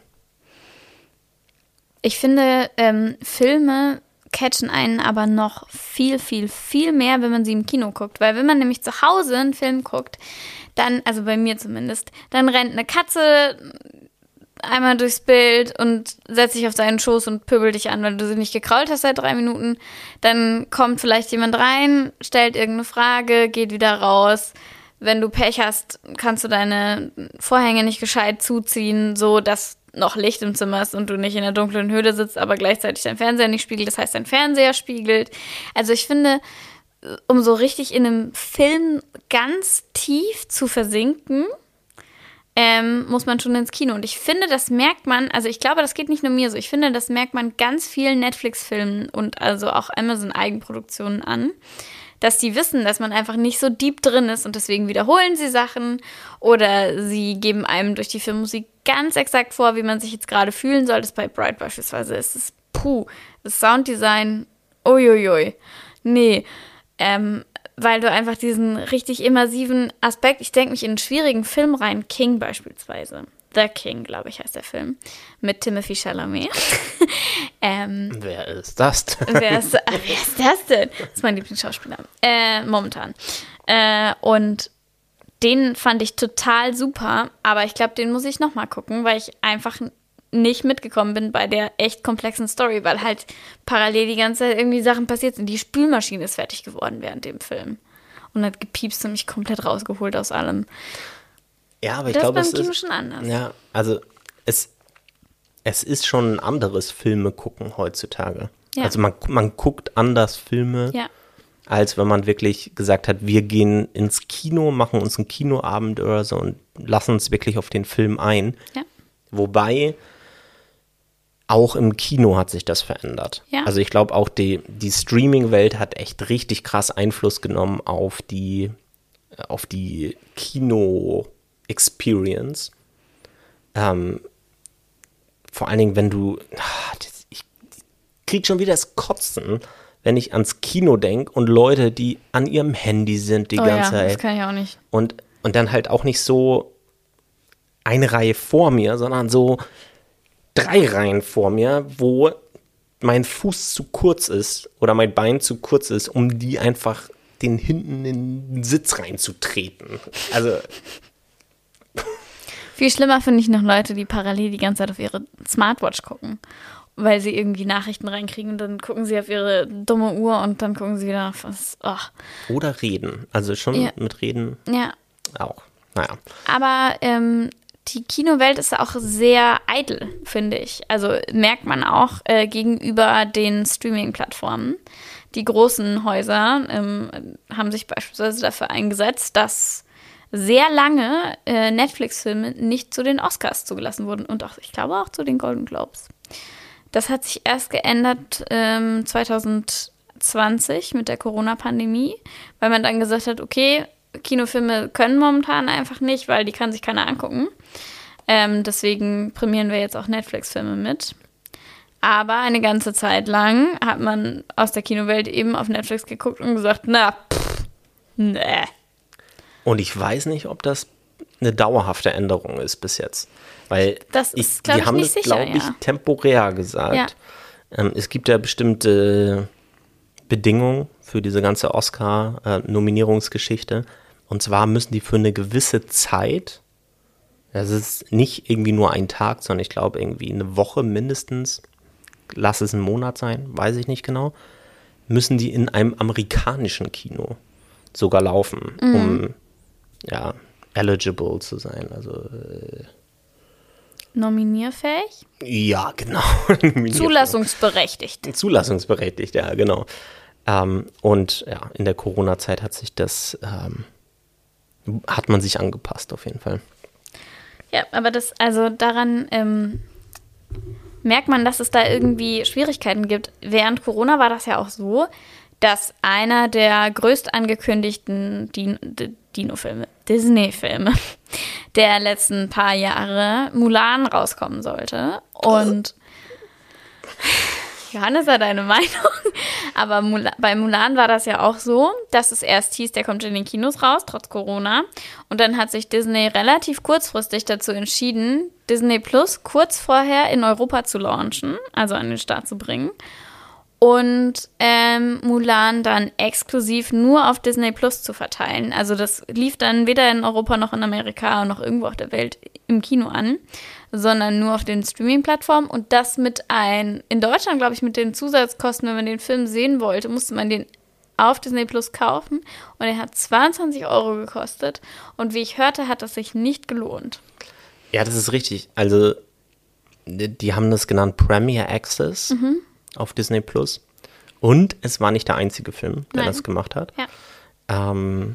Ich finde, ähm, Filme catchen einen aber noch viel, viel, viel mehr, wenn man sie im Kino guckt. Weil wenn man nämlich zu Hause einen Film guckt, dann, also bei mir zumindest, dann rennt eine Katze einmal durchs Bild und setzt sich auf seinen Schoß und pöbelt dich an, weil du sie nicht gekrault hast seit drei Minuten. Dann kommt vielleicht jemand rein, stellt irgendeine Frage, geht wieder raus. Wenn du Pech hast, kannst du deine Vorhänge nicht gescheit zuziehen, so dass noch Licht im Zimmer ist und du nicht in der dunklen Höhle sitzt, aber gleichzeitig dein Fernseher nicht spiegelt. Das heißt, dein Fernseher spiegelt. Also ich finde, um so richtig in einem Film ganz tief zu versinken, ähm, muss man schon ins Kino. Und ich finde, das merkt man, also ich glaube, das geht nicht nur mir so, ich finde, das merkt man ganz vielen Netflix-Filmen und also auch Amazon-Eigenproduktionen an, dass die wissen, dass man einfach nicht so deep drin ist und deswegen wiederholen sie Sachen oder sie geben einem durch die Filmmusik ganz exakt vor, wie man sich jetzt gerade fühlen soll. Das bei Bright beispielsweise ist es, puh, das Sounddesign, uiuiui, nee, ähm, weil du einfach diesen richtig immersiven Aspekt, ich denke mich in einen schwierigen Film rein, King beispielsweise, The King, glaube ich, heißt der Film, mit Timothée Chalamet. ähm, wer ist das denn? Wer ist, wer ist das denn? Das ist mein Lieblingsschauspieler. Äh, momentan. Äh, und den fand ich total super, aber ich glaube, den muss ich nochmal gucken, weil ich einfach nicht mitgekommen bin bei der echt komplexen Story, weil halt parallel die ganze Zeit irgendwie Sachen passiert sind. Die Spülmaschine ist fertig geworden während dem Film. Und hat gepiepst und mich komplett rausgeholt aus allem. Ja, aber ich das glaube, es ist beim Kino ist schon anders. Ja, also es, es ist schon ein anderes Filme gucken heutzutage. Ja. Also man, man guckt anders Filme, ja. als wenn man wirklich gesagt hat, wir gehen ins Kino, machen uns einen Kinoabend oder so und lassen uns wirklich auf den Film ein. Ja. Wobei auch im Kino hat sich das verändert. Ja. Also ich glaube auch die, die Streaming-Welt hat echt richtig krass Einfluss genommen auf die, auf die Kino-Experience. Ähm, vor allen Dingen, wenn du, ich krieg schon wieder das Kotzen, wenn ich ans Kino denke und Leute, die an ihrem Handy sind die oh ganze ja, Zeit. Das kann ich auch nicht. Und, und dann halt auch nicht so eine Reihe vor mir, sondern so drei Reihen vor mir, wo mein Fuß zu kurz ist oder mein Bein zu kurz ist, um die einfach den hinten in den Sitz reinzutreten. Also viel schlimmer finde ich noch Leute, die parallel die ganze Zeit auf ihre Smartwatch gucken weil sie irgendwie Nachrichten reinkriegen und dann gucken sie auf ihre dumme Uhr und dann gucken sie wieder auf was. Oh. Oder reden. Also schon Ja. mit Reden Ja. auch. Naja. Aber ähm, die Kinowelt ist auch sehr eitel, finde ich. Also merkt man auch äh, gegenüber den Streaming-Plattformen. Die großen Häuser ähm, haben sich beispielsweise dafür eingesetzt, dass sehr lange äh, Netflix-Filme nicht zu den Oscars zugelassen wurden und auch, ich glaube, auch zu den Golden Globes. Das hat sich erst geändert ähm, zwanzig zwanzig mit der Corona-Pandemie, weil man dann gesagt hat, okay, Kinofilme können momentan einfach nicht, weil die kann sich keiner angucken. Ähm, deswegen prämieren wir jetzt auch Netflix-Filme mit. Aber eine ganze Zeit lang hat man aus der Kinowelt eben auf Netflix geguckt und gesagt, na, pff, nee. Und ich weiß nicht, ob das eine dauerhafte Änderung ist bis jetzt. Weil Das ist, ich, glaub die ich, haben nicht das, sicher, glaube ich, ja. temporär gesagt. Ja. Ähm, es gibt ja bestimmte Bedingungen für diese ganze Oscar-Nominierungsgeschichte. Und zwar müssen die für eine gewisse Zeit, das ist nicht irgendwie nur ein Tag, sondern ich glaube irgendwie eine Woche mindestens, lass es ein Monat sein, weiß ich nicht genau, müssen die in einem amerikanischen Kino sogar laufen, Mhm. um ja, eligible zu sein. Also äh, Nominierfähig? ja, genau. Zulassungsberechtigt. Zulassungsberechtigt, ja, genau. Ähm, und ja, in der Corona-Zeit hat sich das, ähm, hat man sich angepasst auf jeden Fall. Ja, aber das, also daran ähm, merkt man, dass es da irgendwie Schwierigkeiten gibt. Während Corona war das ja auch so, dass einer der größt angekündigten Din- D- Dino-Filme, Disney-Filme der letzten paar Jahre, Mulan, rauskommen sollte. Und Johannes hat eine Meinung, aber Mula- bei Mulan war das ja auch so, dass es erst hieß, der kommt in den Kinos raus, trotz Corona. Und dann hat sich Disney relativ kurzfristig dazu entschieden, Disney Plus kurz vorher in Europa zu launchen, also an den Start zu bringen. Und ähm, Mulan dann exklusiv nur auf Disney Plus zu verteilen. Also das lief dann weder in Europa noch in Amerika noch irgendwo auf der Welt im Kino an, sondern nur auf den Streaming-Plattformen. Und das mit ein, in Deutschland, glaube ich, mit den Zusatzkosten, wenn man den Film sehen wollte, musste man den auf Disney Plus kaufen. Und er hat zweiundzwanzig Euro gekostet. Und wie ich hörte, hat das sich nicht gelohnt. Ja, das ist richtig. Also, die, die haben das genannt Premier Access Mhm. auf Disney Plus. Und es war nicht der einzige Film, der Nein. das gemacht hat. Ja. Ähm,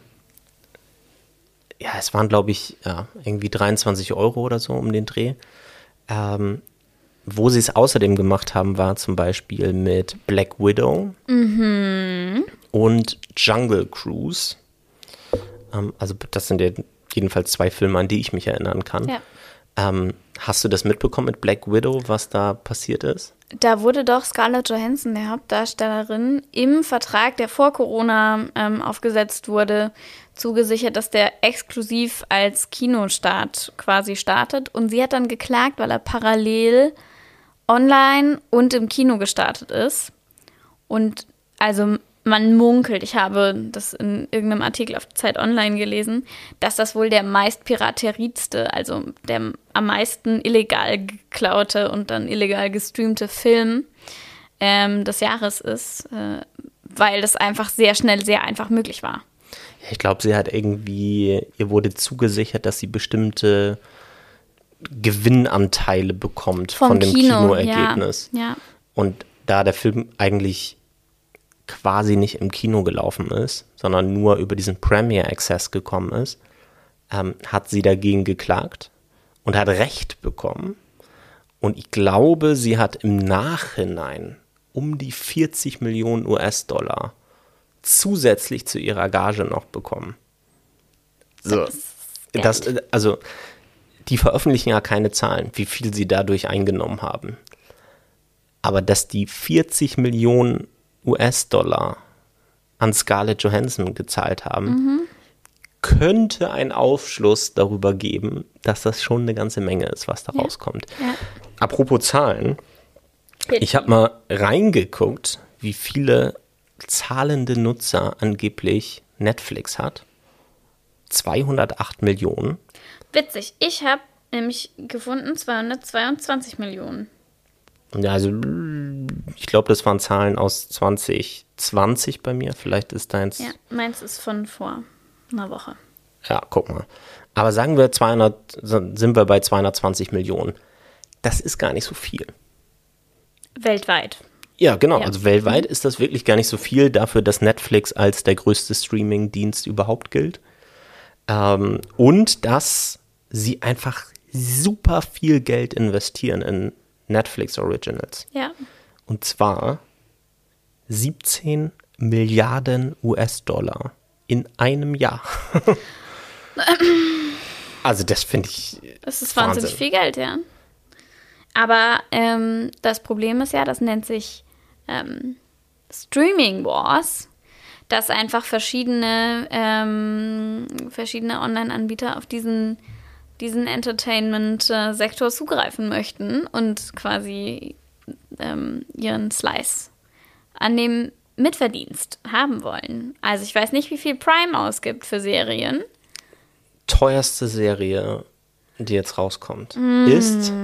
ja, es waren, glaube ich, ja, irgendwie dreiundzwanzig Euro oder so um den Dreh. Ähm, wo sie es außerdem gemacht haben, war zum Beispiel mit Black Widow Mhm. und Jungle Cruise. Ähm, also das sind ja jedenfalls zwei Filme, an die ich mich erinnern kann. Ja. Ähm, hast du das mitbekommen mit Black Widow, was da passiert ist? Da wurde doch Scarlett Johansson, der Hauptdarstellerin, im Vertrag, der vor Corona ähm, aufgesetzt wurde, zugesichert, dass der exklusiv als Kinostart quasi startet. Und sie hat dann geklagt, weil er parallel online und im Kino gestartet ist. Und also man munkelt, ich habe das in irgendeinem Artikel auf Zeit Online gelesen, dass das wohl der meist pirateriedste, also der am meisten illegal geklaute und dann illegal gestreamte Film ähm, des Jahres ist, äh, weil das einfach sehr schnell, sehr einfach möglich war. Ja, ich glaube, sie hat irgendwie, ihr wurde zugesichert, dass sie bestimmte Gewinnanteile bekommt Vom von dem Kino, Kinoergebnis. Ja, ja. Und da der Film eigentlich quasi nicht im Kino gelaufen ist, sondern nur über diesen Premier Access gekommen ist, ähm, hat sie dagegen geklagt und hat Recht bekommen. Und ich glaube, sie hat im Nachhinein um die vierzig Millionen U S-Dollar zusätzlich zu ihrer Gage noch bekommen. So, das, also die veröffentlichen ja keine Zahlen, wie viel sie dadurch eingenommen haben. Aber dass die vierzig Millionen U S-Dollar an Scarlett Johansson gezahlt haben, mhm. könnte ein Aufschluss darüber geben, dass das schon eine ganze Menge ist, was da ja. rauskommt. Ja. Apropos Zahlen, ich habe mal reingeguckt, wie viele zahlende Nutzer angeblich Netflix hat. zweihundertacht Millionen. Witzig, ich habe nämlich gefunden zweihundertzweiundzwanzig Millionen. Ja, also ich glaube, das waren Zahlen aus zwanzig zwanzig bei mir. Vielleicht ist deins. Ja, meins ist von vor einer Woche. Ja, guck mal. Aber sagen wir zweihundert, sind wir bei zweihundertzwanzig Millionen. Das ist gar nicht so viel. Weltweit. Ja, genau. Ja. Also weltweit ist das wirklich gar nicht so viel dafür, dass Netflix als der größte Streaming-Dienst überhaupt gilt. Ähm, und dass sie einfach super viel Geld investieren in Netflix Originals. Ja. Und zwar siebzehn Milliarden U S-Dollar in einem Jahr. Also das finde ich Das ist Wahnsinn. wahnsinnig viel Geld, ja. Aber ähm, das Problem ist ja, das nennt sich ähm, Streaming Wars, dass einfach verschiedene, ähm, verschiedene Online-Anbieter auf diesen, diesen Entertainment-Sektor zugreifen möchten und quasi ähm, ihren Slice an dem Mitverdienst haben wollen. Also ich weiß nicht, wie viel Prime ausgibt für Serien. Teuerste Serie, die jetzt rauskommt, mm. ist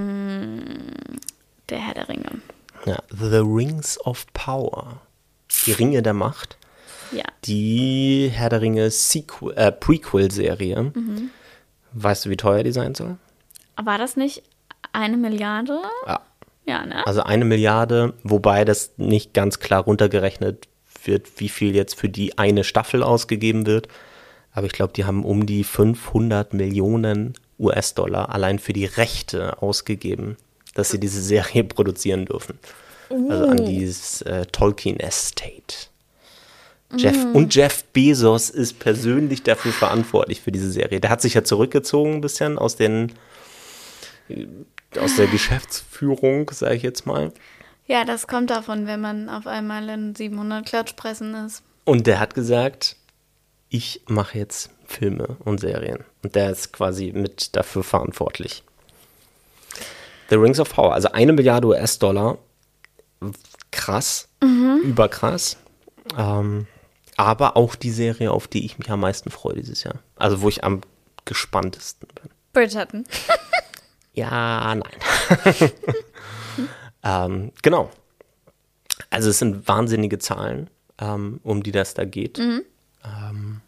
Der Herr der Ringe. Ja, The Rings of Power. Die Ringe der Macht. Ja. Die Herr der Ringe Sequel, äh, Prequel-Serie. Mhm. Weißt du, wie teuer die sein soll? War das nicht eine Milliarde? Ja. Ja, ne? Also eine Milliarde, wobei das nicht ganz klar runtergerechnet wird, wie viel jetzt für die eine Staffel ausgegeben wird. Aber ich glaube, die haben um die fünfhundert Millionen U S-Dollar allein für die Rechte ausgegeben, dass sie diese Serie produzieren dürfen. Uh. Also an dieses äh, Tolkien Estate. Jeff, mm. Und Jeff Bezos ist persönlich dafür verantwortlich für diese Serie. Der hat sich ja zurückgezogen ein bisschen aus den aus der Geschäftsführung, sage ich jetzt mal. Ja, das kommt davon, wenn man auf einmal in siebenhundert Klatschpressen ist. Und der hat gesagt, ich mache jetzt Filme und Serien. Und der ist quasi mit dafür verantwortlich. The Rings of Power, also eine Milliarde U S-Dollar. Krass, mhm. überkrass. Ähm, aber auch die Serie, auf die ich mich am meisten freue dieses Jahr. Also wo ich am gespanntesten bin. Bridgerton. Ja, nein. ähm, genau. Also es sind wahnsinnige Zahlen, ähm, um die das da geht. Mhm. Ähm,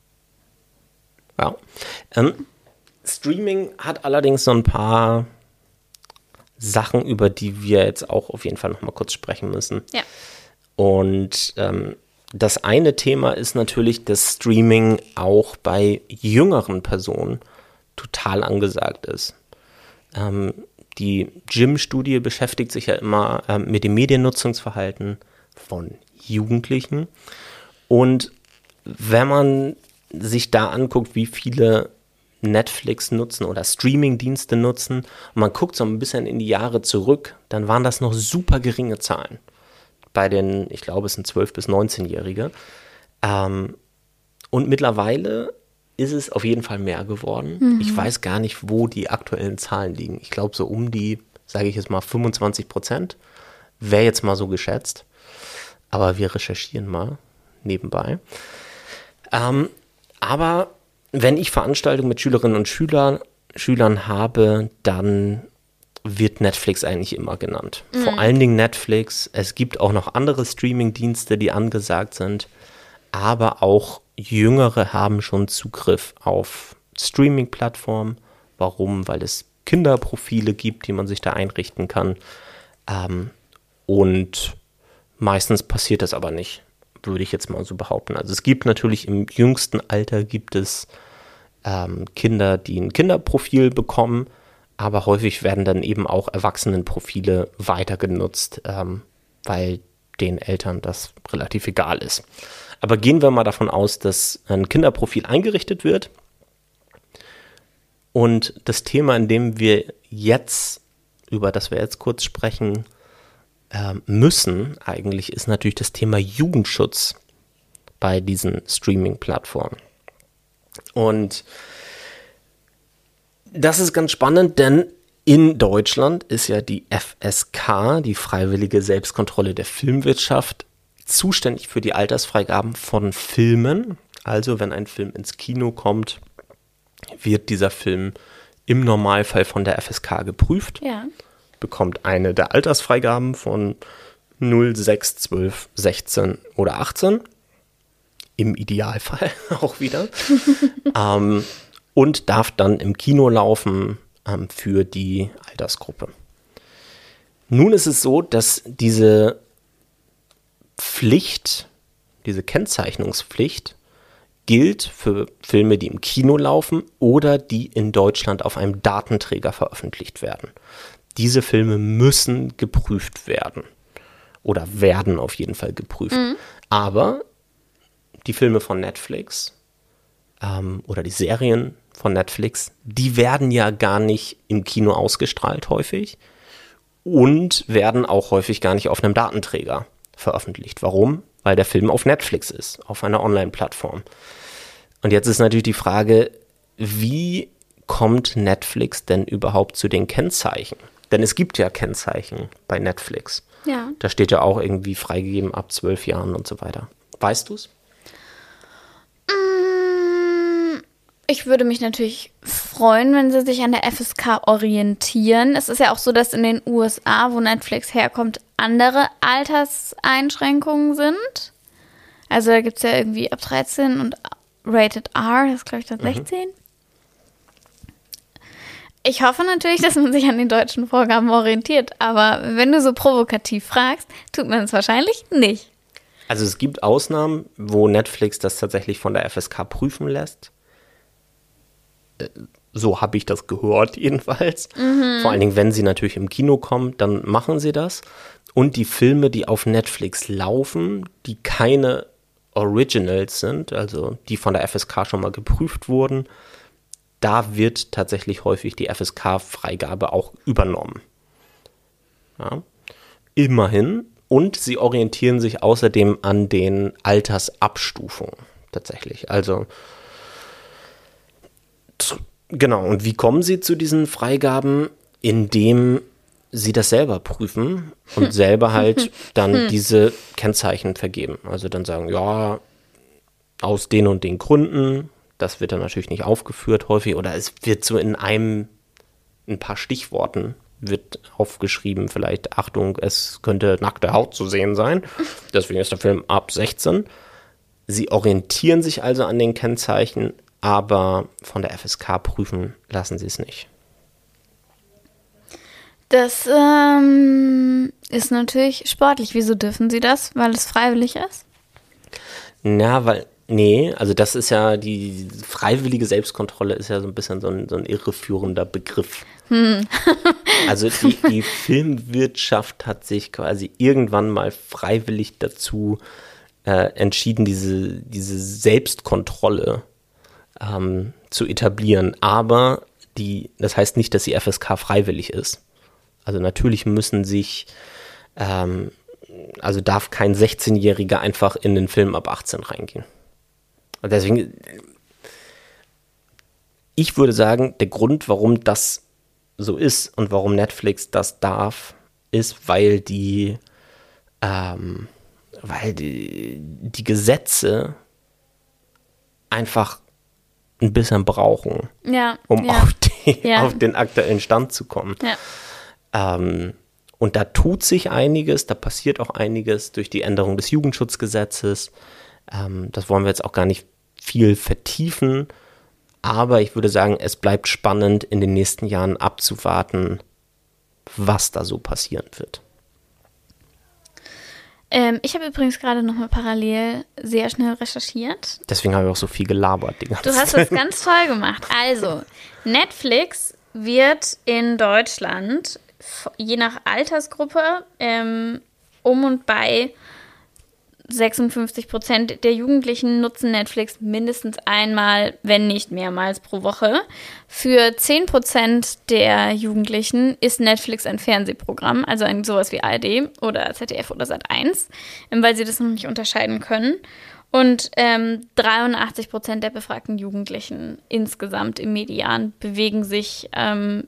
ja. Ähm, Streaming hat allerdings so ein paar Sachen, über die wir jetzt auch auf jeden Fall noch mal kurz sprechen müssen. Ja. Und ähm, das eine Thema ist natürlich, dass Streaming auch bei jüngeren Personen total angesagt ist. Ähm, die J I M-Studie beschäftigt sich ja immer ähm, mit dem Mediennutzungsverhalten von Jugendlichen. Und wenn man sich da anguckt, wie viele Netflix nutzen oder Streaming-Dienste nutzen und man guckt so ein bisschen in die Jahre zurück, dann waren das noch super geringe Zahlen. Bei den, ich glaube, es sind zwölf- bis neunzehnjährige. Ähm, und mittlerweile ist es auf jeden Fall mehr geworden. Mhm. Ich weiß gar nicht, wo die aktuellen Zahlen liegen. Ich glaube, so um die, sage ich jetzt mal, fünfundzwanzig Prozent. Wäre jetzt mal so geschätzt. Aber wir recherchieren mal nebenbei. Ähm, aber wenn ich Veranstaltungen mit Schülerinnen und Schüler, Schülern habe, dann wird Netflix eigentlich immer genannt. Mhm. Vor allen Dingen Netflix. Es gibt auch noch andere Streaming-Dienste, die angesagt sind. Aber auch Jüngere haben schon Zugriff auf Streaming-Plattformen. Warum? Weil es Kinderprofile gibt, die man sich da einrichten kann. Ähm, und meistens passiert das aber nicht, würde ich jetzt mal so behaupten. Also es gibt natürlich im jüngsten Alter gibt es ähm, Kinder, die ein Kinderprofil bekommen, aber häufig werden dann eben auch Erwachsenenprofile weiter genutzt, ähm, weil den Eltern das relativ egal ist. Aber gehen wir mal davon aus, dass ein Kinderprofil eingerichtet wird. Und das Thema, in dem wir jetzt, über das wir jetzt kurz sprechen äh, müssen, eigentlich ist natürlich das Thema Jugendschutz bei diesen Streaming-Plattformen. Und das ist ganz spannend, denn in Deutschland ist ja die F S K, die Freiwillige Selbstkontrolle der Filmwirtschaft, zuständig für die Altersfreigaben von Filmen. Also wenn ein Film ins Kino kommt, wird dieser Film im Normalfall von der F S K geprüft. Ja. bekommt eine der Altersfreigaben von null, sechs, zwölf, sechzehn oder achtzehn. Im Idealfall auch wieder. ähm, und darf dann im Kino laufen ähm, für die Altersgruppe. Nun ist es so, dass diese Pflicht, diese Kennzeichnungspflicht gilt für Filme, die im Kino laufen oder die in Deutschland auf einem Datenträger veröffentlicht werden. Diese Filme müssen geprüft werden oder werden auf jeden Fall geprüft. Mhm. Aber die Filme von Netflix ähm, oder die Serien von Netflix, die werden ja gar nicht im Kino ausgestrahlt häufig und werden auch häufig gar nicht auf einem Datenträger veröffentlicht. Warum? Weil der Film auf Netflix ist, auf einer Online-Plattform. Und jetzt ist natürlich die Frage, wie kommt Netflix denn überhaupt zu den Kennzeichen? Denn es gibt ja Kennzeichen bei Netflix. Ja. Da steht ja auch irgendwie freigegeben ab zwölf Jahren und so weiter. Weißt du es? Ich würde mich natürlich freuen, wenn sie sich an der F S K orientieren. Es ist ja auch so, dass in den U S A, wo Netflix herkommt, andere Alterseinschränkungen sind. Also da gibt es ja irgendwie ab dreizehn und Rated R, das ist glaube ich dann sechzehn. Mhm. Ich hoffe natürlich, dass man sich an den deutschen Vorgaben orientiert, aber wenn du so provokativ fragst, tut man es wahrscheinlich nicht. Also es gibt Ausnahmen, wo Netflix das tatsächlich von der F S K prüfen lässt. So habe ich das gehört jedenfalls. Mhm. Vor allen Dingen, wenn sie natürlich im Kino kommen, dann machen sie das. Und die Filme, die auf Netflix laufen, die keine Originals sind, also die von der F S K schon mal geprüft wurden, da wird tatsächlich häufig die F S K-Freigabe auch übernommen. Ja. Immerhin. Und sie orientieren sich außerdem an den Altersabstufungen tatsächlich. Also genau, und wie kommen sie zu diesen Freigaben? Indem sie das selber prüfen und selber halt dann diese Kennzeichen vergeben. Also dann sagen, ja, aus den und den Gründen, das wird dann natürlich nicht aufgeführt häufig, oder es wird so in einem, ein paar Stichworten wird aufgeschrieben, vielleicht, Achtung, es könnte nackte Haut zu sehen sein. Deswegen ist der Film ab sechzehn. Sie orientieren sich also an den Kennzeichen, aber von der F S K prüfen lassen sie es nicht. Das ähm, ist natürlich sportlich. Wieso dürfen sie das? Weil es freiwillig ist? Na, weil, nee, also das ist ja, die freiwillige Selbstkontrolle ist ja so ein bisschen so ein, so ein irreführender Begriff. Hm. Also die, die Filmwirtschaft hat sich quasi irgendwann mal freiwillig dazu äh, entschieden, diese, diese Selbstkontrolle ähm, zu etablieren. Aber die, das heißt nicht, dass die F S K freiwillig ist. Also natürlich müssen sich, ähm, also darf kein sechzehnjähriger einfach in den Film ab achtzehn reingehen. Und deswegen, ich würde sagen, der Grund, warum das so ist und warum Netflix das darf, ist, weil die, ähm, weil die, die Gesetze einfach ein bisschen brauchen, ja, um ja, auf, die, ja. auf den aktuellen Stand zu kommen. Ja. Ähm, und da tut sich einiges, da passiert auch einiges durch die Änderung des Jugendschutzgesetzes. Ähm, das wollen wir jetzt auch gar nicht viel vertiefen, aber ich würde sagen, es bleibt spannend, in den nächsten Jahren abzuwarten, was da so passieren wird. Ähm, ich habe übrigens gerade nochmal parallel sehr schnell recherchiert. Deswegen habe ich auch so viel gelabert. Die ganze Du hast Zeit. das ganz toll gemacht. Also, Netflix wird in Deutschland je nach Altersgruppe ähm, um und bei sechsundfünfzig Prozent der Jugendlichen nutzen Netflix mindestens einmal, wenn nicht mehrmals pro Woche. Für zehn Prozent der Jugendlichen ist Netflix ein Fernsehprogramm, also ein sowas wie A R D oder Z D F oder Sat eins, weil sie das noch nicht unterscheiden können. Und ähm, dreiundachtzig Prozent der befragten Jugendlichen insgesamt im Median bewegen sich ähm,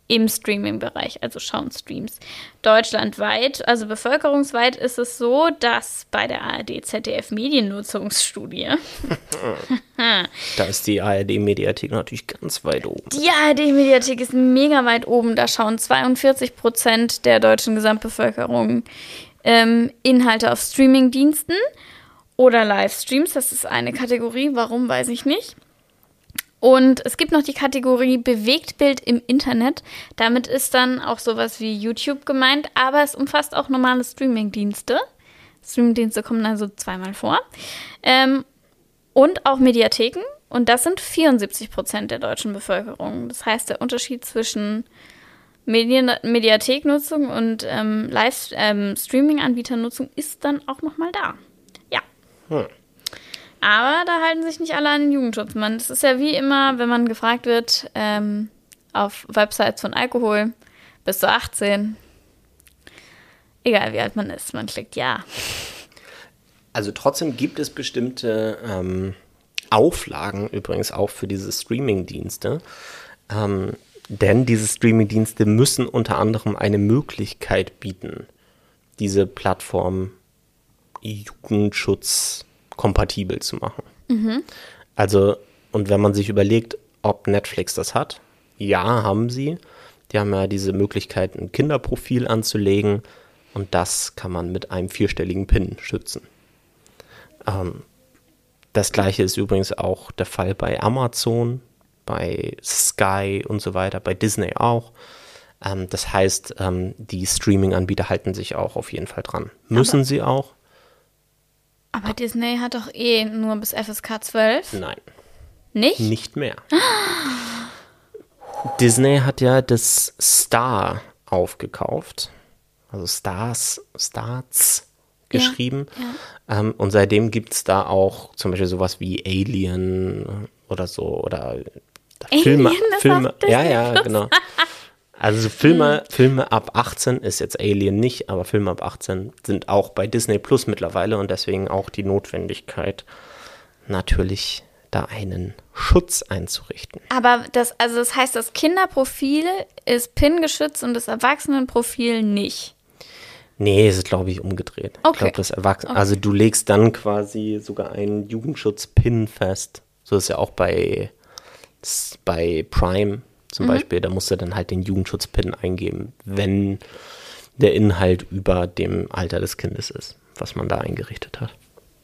im Streaming-Bereich, also schauen Streams. Deutschlandweit, also bevölkerungsweit ist es so, dass bei der A R D-Z D F-Mediennutzungsstudie da ist die A R D-Mediathek natürlich ganz weit oben. Die A R D-Mediathek ist mega weit oben. Da schauen zweiundvierzig Prozent der deutschen Gesamtbevölkerung ähm, Inhalte auf Streamingdiensten oder Livestreams. Das ist eine Kategorie. Warum, weiß ich nicht. Und es gibt noch die Kategorie Bewegtbild im Internet. Damit ist dann auch sowas wie YouTube gemeint, aber es umfasst auch normale Streamingdienste. Streamingdienste kommen also zweimal vor. Ähm, und auch Mediatheken. Und das sind vierundsiebzig Prozent der deutschen Bevölkerung. Das heißt, der Unterschied zwischen Medien- Mediatheknutzung und ähm, Live-Streaming-Anbieternutzung ist dann auch nochmal da. Ja. Hm. Aber da halten sich nicht alle an den Jugendschutz. Man, es ist ja wie immer, wenn man gefragt wird, ähm, auf Websites von Alkohol, bis zu achtzehn. Egal wie alt man ist, man klickt ja. Also trotzdem gibt es bestimmte ähm, Auflagen, übrigens auch für diese Streaming-Dienste. Ähm, denn diese Streaming-Dienste müssen unter anderem eine Möglichkeit bieten, diese Plattform Jugendschutz kompatibel zu machen. Mhm. Also, und wenn man sich überlegt, ob Netflix das hat, ja, haben sie. Die haben ja diese Möglichkeit, ein Kinderprofil anzulegen und das kann man mit einem vierstelligen PIN schützen. Ähm, das gleiche ist übrigens auch der Fall bei Amazon, bei Sky und so weiter, bei Disney auch. Ähm, das heißt, ähm, die Streaming-Anbieter halten sich auch auf jeden Fall dran. Müssen aber sie auch. Aber Disney hat doch eh nur bis F S K zwölf. Nein. Nicht? Nicht mehr. Disney hat ja das Star aufgekauft. Also Stars, Stars geschrieben. Ja, ja. Ähm, und seitdem gibt es da auch zum Beispiel sowas wie Alien oder so. Oder Alien, Filme. das Filme Disney ja, ja, Plus. Genau. Also Filme, Filme ab achtzehn ist jetzt Alien nicht, aber Filme ab achtzehn sind auch bei Disney Plus mittlerweile und deswegen auch die Notwendigkeit, natürlich da einen Schutz einzurichten. Aber das, also das heißt, das Kinderprofil ist PIN geschützt und das Erwachsenenprofil nicht. Nee, es ist, glaube ich, umgedreht. Okay. Ich glaube, das Erwachsenen, okay. Also du legst dann quasi sogar einen Jugendschutz-PIN fest. So ist ja auch bei, bei Prime zum mhm. Beispiel. Da musst du dann halt den Jugendschutz-PIN eingeben, wenn der Inhalt über dem Alter des Kindes ist, was man da eingerichtet hat.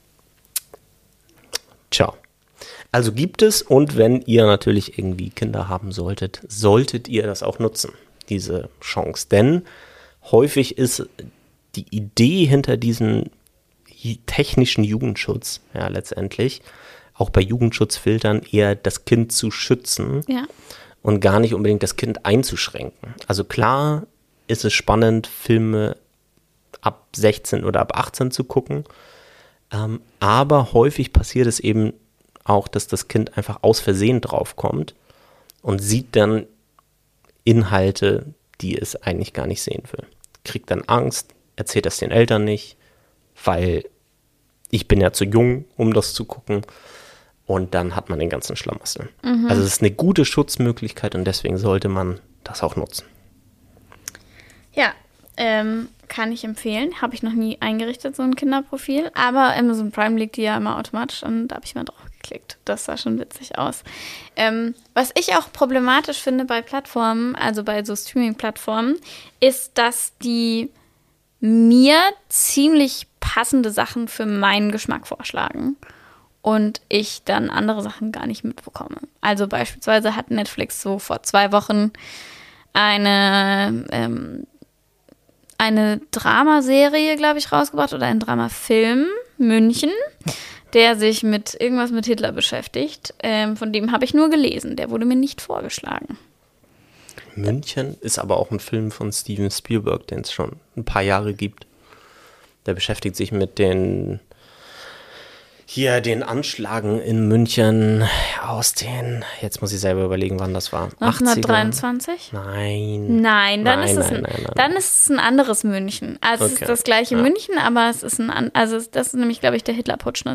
Ciao. Also gibt es, und wenn ihr natürlich irgendwie Kinder haben solltet, solltet ihr das auch nutzen, diese Chance. Denn häufig ist die Idee hinter diesem technischen Jugendschutz, ja letztendlich, auch bei Jugendschutzfiltern eher das Kind zu schützen ja. und gar nicht unbedingt das Kind einzuschränken. Also klar ist es spannend, Filme ab sechzehn oder ab achtzehn zu gucken, ähm, aber häufig passiert es eben auch, dass das Kind einfach aus Versehen draufkommt und sieht dann Inhalte, die es eigentlich gar nicht sehen will. Kriegt dann Angst, erzählt das den Eltern nicht, weil ich bin ja zu jung, um das zu gucken. Und dann hat man den ganzen Schlamassel. Mhm. Also es ist eine gute Schutzmöglichkeit und deswegen sollte man das auch nutzen. Ja, ähm, kann ich empfehlen. Habe ich noch nie eingerichtet, so ein Kinderprofil. Aber Amazon Prime legt die ja immer automatisch und da habe ich mal drauf geklickt. Das sah schon witzig aus. Ähm, was ich auch problematisch finde bei Plattformen, also bei so Streaming-Plattformen, ist, dass die mir ziemlich passende Sachen für meinen Geschmack vorschlagen und ich dann andere Sachen gar nicht mitbekomme. Also beispielsweise hat Netflix so vor zwei Wochen eine ähm, eine Dramaserie, glaube ich, rausgebracht oder ein Dramafilm, München, der sich mit irgendwas mit Hitler beschäftigt. Ähm, von dem habe ich nur gelesen. Der wurde mir nicht vorgeschlagen. München ist aber auch ein Film von Steven Spielberg, den es schon ein paar Jahre gibt. Der beschäftigt sich mit den hier den Anschlagen in München aus den, jetzt muss ich selber überlegen, wann das war. neunzehnhundertdreiundzwanzig? Nein. Nein, dann, nein, ist, nein, es ein, nein, nein. dann ist es ein anderes München. Also okay. Es ist das gleiche ja. München, aber es ist ein, also das ist nämlich, glaube ich, der Hitlerputsch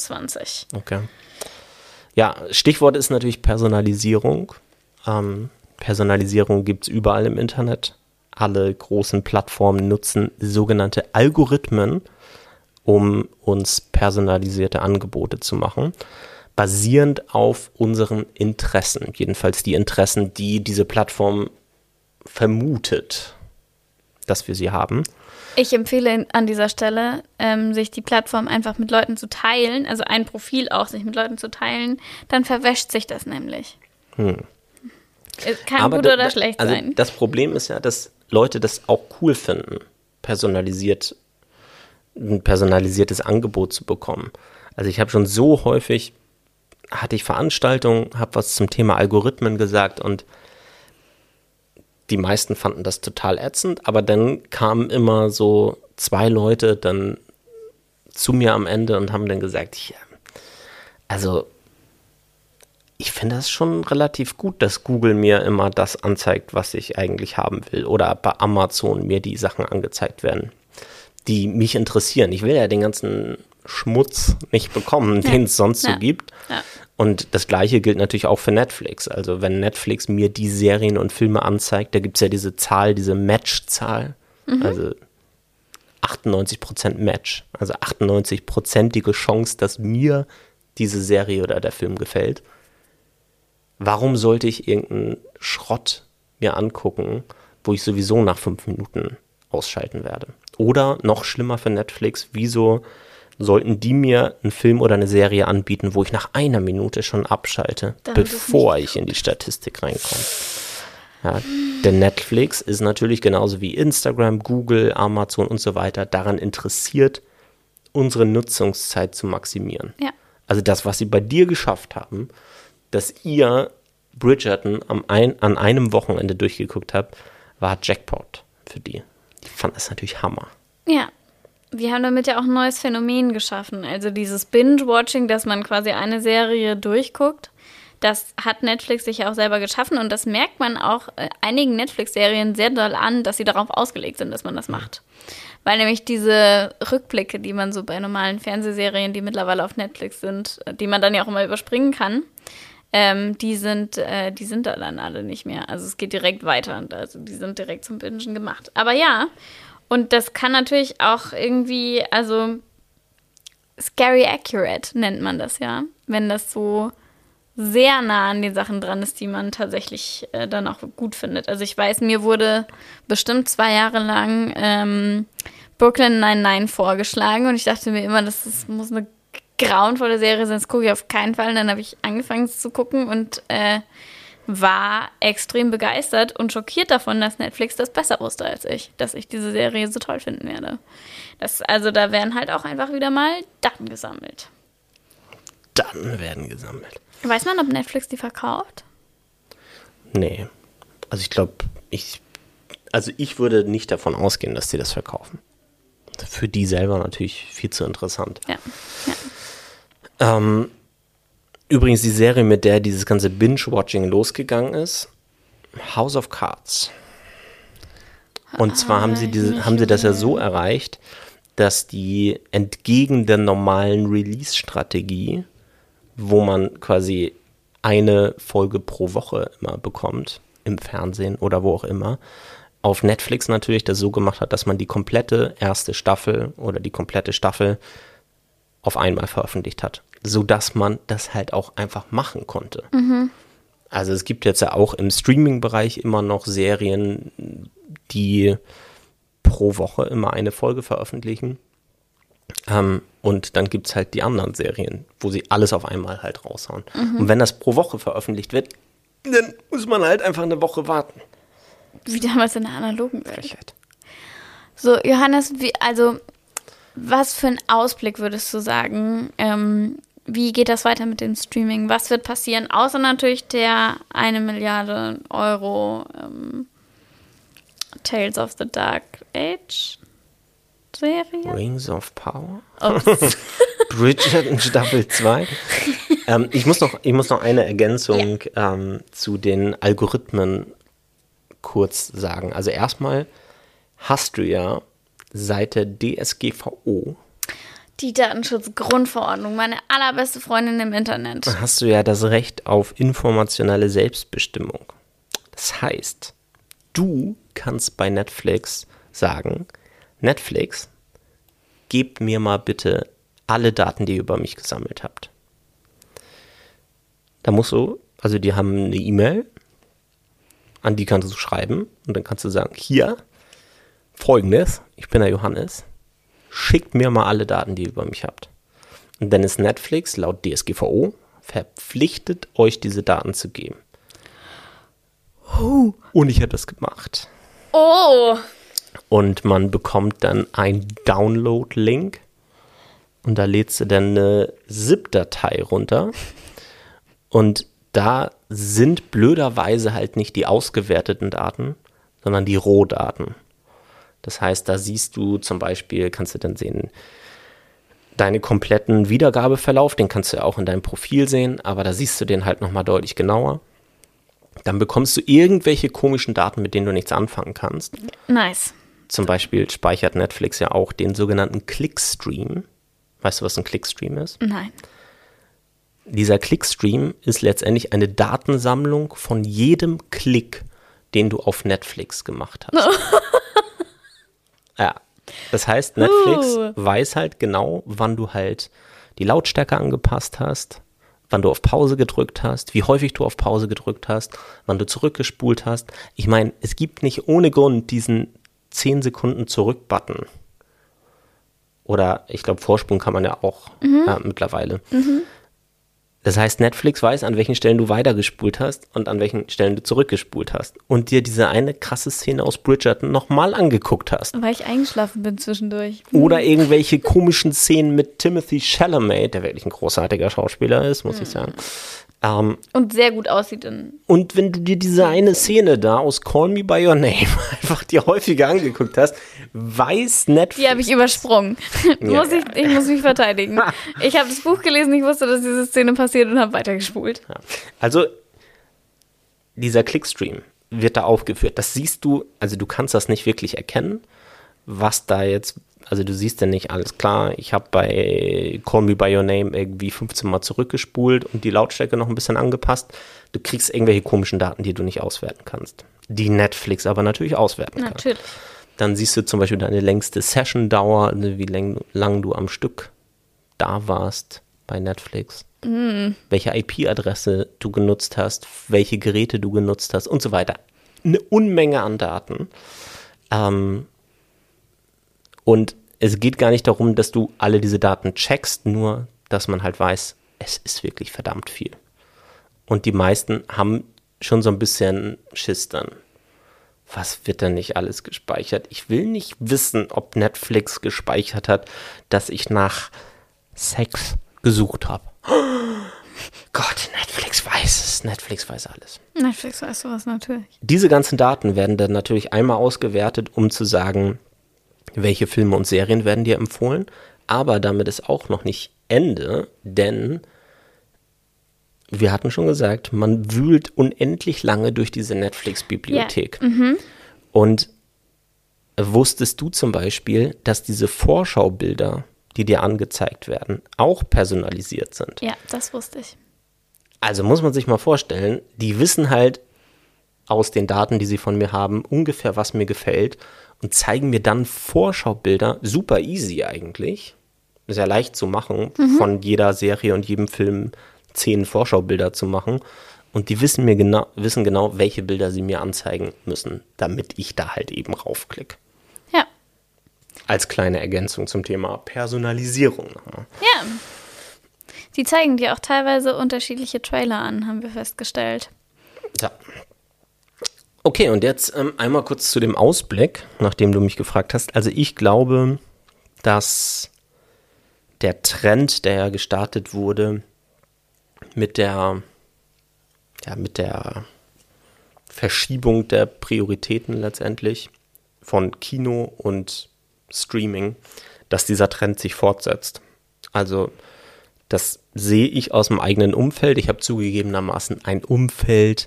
neunzehnhundertdreiundzwanzig. Okay. Ja, Stichwort ist natürlich Personalisierung. Ähm, Personalisierung gibt es überall im Internet. Alle großen Plattformen nutzen sogenannte Algorithmen, um uns personalisierte Angebote zu machen, basierend auf unseren Interessen. Jedenfalls die Interessen, die diese Plattform vermutet, dass wir sie haben. Ich empfehle an dieser Stelle, ähm, sich die Plattform einfach mit Leuten zu teilen, also ein Profil auch sich mit Leuten zu teilen, dann verwäscht sich das nämlich. Hm. Es kann Aber gut da, oder schlecht also sein. Das Problem ist ja, dass Leute das auch cool finden, personalisiert, ein personalisiertes Angebot zu bekommen. Also ich habe schon so häufig, hatte ich Veranstaltungen, habe was zum Thema Algorithmen gesagt und die meisten fanden das total ätzend, aber dann kamen immer so zwei Leute dann zu mir am Ende und haben dann gesagt, ja, also ich finde das schon relativ gut, dass Google mir immer das anzeigt, was ich eigentlich haben will, oder bei Amazon mir die Sachen angezeigt werden, die mich interessieren. Ich will ja den ganzen Schmutz nicht bekommen, ja. den es sonst ja. so gibt. Ja. Und das Gleiche gilt natürlich auch für Netflix. Also wenn Netflix mir die Serien und Filme anzeigt, da gibt es ja diese Zahl, diese Match-Zahl. Mhm. Also achtundneunzig Prozent Match. Also achtundneunzig-prozentige Chance, dass mir diese Serie oder der Film gefällt. Warum sollte ich irgendeinen Schrott mir angucken, wo ich sowieso nach fünf Minuten ausschalten werde? Oder noch schlimmer für Netflix, wieso sollten die mir einen Film oder eine Serie anbieten, wo ich nach einer Minute schon abschalte, da bevor ich in die Statistik reinkomme. Ja, denn Netflix ist natürlich genauso wie Instagram, Google, Amazon und so weiter daran interessiert, unsere Nutzungszeit zu maximieren. Ja. Also das, was sie bei dir geschafft haben, dass ihr Bridgerton am ein, an einem Wochenende durchgeguckt habt, war Jackpot für die. Ich fand das natürlich Hammer. Ja. Wir haben damit ja auch ein neues Phänomen geschaffen. Also dieses Binge-Watching, dass man quasi eine Serie durchguckt, das hat Netflix sich ja auch selber geschaffen. Und das merkt man auch äh, einigen Netflix-Serien sehr doll an, dass sie darauf ausgelegt sind, dass man das macht. Weil nämlich diese Rückblicke, die man so bei normalen Fernsehserien, die mittlerweile auf Netflix sind, die man dann ja auch immer überspringen kann, ähm, die sind, äh, die sind da dann alle nicht mehr. Also es geht direkt weiter. Und also die sind direkt zum Bingen gemacht. Aber ja, und das kann natürlich auch irgendwie, also scary accurate nennt man das ja, wenn das so sehr nah an den Sachen dran ist, die man tatsächlich äh, dann auch gut findet. Also ich weiß, mir wurde bestimmt zwei Jahre lang ähm, Brooklyn Nine-Nine vorgeschlagen und ich dachte mir immer, das ist, muss eine grauenvolle Serie sein, das gucke ich auf keinen Fall. Und dann habe ich angefangen es zu gucken und äh, war extrem begeistert und schockiert davon, dass Netflix das besser wusste als ich, dass ich diese Serie so toll finden werde. Das, also da werden halt auch einfach wieder mal Daten gesammelt. Daten werden gesammelt. Weiß man, ob Netflix die verkauft? Nee. Also ich glaube, ich, also ich würde nicht davon ausgehen, dass sie das verkaufen. Für die selber natürlich viel zu interessant. Ja. ja. Ähm, Übrigens die Serie, mit der dieses ganze Binge-Watching losgegangen ist, House of Cards. Und zwar haben sie, diese, haben sie das ja so erreicht, dass die entgegen der normalen Release-Strategie, wo man quasi eine Folge pro Woche immer bekommt, im Fernsehen oder wo auch immer, auf Netflix natürlich das so gemacht hat, dass man die komplette erste Staffel oder die komplette Staffel auf einmal veröffentlicht hat, sodass man das halt auch einfach machen konnte. Mhm. Also es gibt jetzt ja auch im Streaming-Bereich immer noch Serien, die pro Woche immer eine Folge veröffentlichen. Ähm, und dann gibt es halt die anderen Serien, wo sie alles auf einmal halt raushauen. Mhm. Und wenn das pro Woche veröffentlicht wird, dann muss man halt einfach eine Woche warten. Wie damals in der analogen Welt. So, Johannes, wie, also was für einen Ausblick würdest du sagen, ähm, wie geht das weiter mit dem Streaming? Was wird passieren? Außer natürlich der eine Milliarde Euro ähm, Tales of the Dark Age Serie. Rings of Power. Oh. Bridgerton Staffel zwei. ähm, ich, muss noch, ich muss noch eine Ergänzung ja. ähm, zu den Algorithmen kurz sagen. Also erstmal hast du ja seit der D S G V O, die Datenschutzgrundverordnung, meine allerbeste Freundin im Internet, hast du ja das Recht auf informationelle Selbstbestimmung. Das heißt, du kannst bei Netflix sagen, Netflix, gebt mir mal bitte alle Daten, die ihr über mich gesammelt habt. Da musst du, also die haben eine E-Mail, an die kannst du schreiben und dann kannst du sagen, hier, folgendes, ich bin der Johannes, schickt mir mal alle Daten, die ihr über mich habt. Und dann ist Netflix laut D S G V O verpflichtet, euch diese Daten zu geben. Oh. Und ich habe das gemacht. Oh. Und man bekommt dann einen Download-Link und da lädst du dann eine ZIP-Datei runter und da sind blöderweise halt nicht die ausgewerteten Daten, sondern die Rohdaten. Das heißt, da siehst du zum Beispiel, kannst du dann sehen, deinen kompletten Wiedergabeverlauf, den kannst du ja auch in deinem Profil sehen, aber da siehst du den halt nochmal deutlich genauer. Dann bekommst du irgendwelche komischen Daten, mit denen du nichts anfangen kannst. Nice. Zum Beispiel speichert Netflix ja auch den sogenannten Clickstream. Weißt du, was ein Clickstream ist? Nein. Dieser Clickstream ist letztendlich eine Datensammlung von jedem Klick, den du auf Netflix gemacht hast. Ja, das heißt, Netflix uh. weiß halt genau, wann du halt die Lautstärke angepasst hast, wann du auf Pause gedrückt hast, wie häufig du auf Pause gedrückt hast, wann du zurückgespult hast. Ich meine, es gibt nicht ohne Grund diesen zehn Sekunden Zurück-Button. Oder ich glaube, Vorspulen kann man ja auch mhm. äh, mittlerweile. Mhm. Das heißt, Netflix weiß, an welchen Stellen du weitergespult hast und an welchen Stellen du zurückgespult hast. Und dir diese eine krasse Szene aus Bridgerton nochmal angeguckt hast. Weil ich eingeschlafen bin zwischendurch. Oder irgendwelche komischen Szenen mit Timothée Chalamet, der wirklich ein großartiger Schauspieler ist, muss mhm. ich sagen. Ähm, und sehr gut aussieht. In und wenn du dir diese eine Szene da aus Call Me By Your Name einfach dir häufiger angeguckt hast, weiß Netflix... Die habe ich übersprungen. Ja, muss ich, ich muss mich verteidigen. Ich habe das Buch gelesen, ich wusste, dass diese Szene passiert und habe weitergespult. Ja. Also dieser Clickstream wird da aufgeführt. Das siehst du, also du kannst das nicht wirklich erkennen, was da jetzt... Also du siehst ja nicht, alles klar, ich habe bei Call Me By Your Name irgendwie fünfzehn Mal zurückgespult und die Lautstärke noch ein bisschen angepasst. Du kriegst irgendwelche komischen Daten, die du nicht auswerten kannst. Die Netflix aber natürlich auswerten kann. Natürlich. Dann siehst du zum Beispiel deine längste Session-Dauer, wie lang, lang du am Stück da warst bei Netflix. Mm. Welche I P-Adresse du genutzt hast, welche Geräte du genutzt hast und so weiter. Eine Unmenge an Daten. Ähm, Und es geht gar nicht darum, dass du alle diese Daten checkst, nur, dass man halt weiß, es ist wirklich verdammt viel. Und die meisten haben schon so ein bisschen Schiss dann. Was wird denn nicht alles gespeichert? Ich will nicht wissen, ob Netflix gespeichert hat, dass ich nach Sex gesucht habe. Gott, Netflix weiß es. Netflix weiß alles. Netflix weiß sowas natürlich. Diese ganzen Daten werden dann natürlich einmal ausgewertet, um zu sagen, welche Filme und Serien werden dir empfohlen. Aber damit ist auch noch nicht Ende, denn wir hatten schon gesagt, man wühlt unendlich lange durch diese Netflix-Bibliothek. Ja. Mhm. Und wusstest du zum Beispiel, dass diese Vorschaubilder, die dir angezeigt werden, auch personalisiert sind? Ja, das wusste ich. Also muss man sich mal vorstellen, die wissen halt aus den Daten, die sie von mir haben, ungefähr, was mir gefällt und zeigen mir dann Vorschaubilder, super easy eigentlich, ist ja leicht zu machen, mhm. von jeder Serie und jedem Film zehn Vorschaubilder zu machen und die wissen mir genau, wissen genau, welche Bilder sie mir anzeigen müssen, damit ich da halt eben raufklicke. Ja. Als kleine Ergänzung zum Thema Personalisierung. Ja. Die zeigen dir auch teilweise unterschiedliche Trailer an, haben wir festgestellt. Ja. Okay, und jetzt ähm, einmal kurz zu dem Ausblick, nachdem du mich gefragt hast. Also ich glaube, dass der Trend, der ja gestartet wurde mit der, ja, mit der Verschiebung der Prioritäten letztendlich von Kino und Streaming, dass dieser Trend sich fortsetzt. Also das sehe ich aus dem eigenen Umfeld. Ich habe zugegebenermaßen ein Umfeld,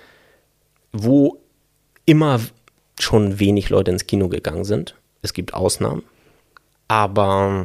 wo immer schon wenig Leute ins Kino gegangen sind. Es gibt Ausnahmen, aber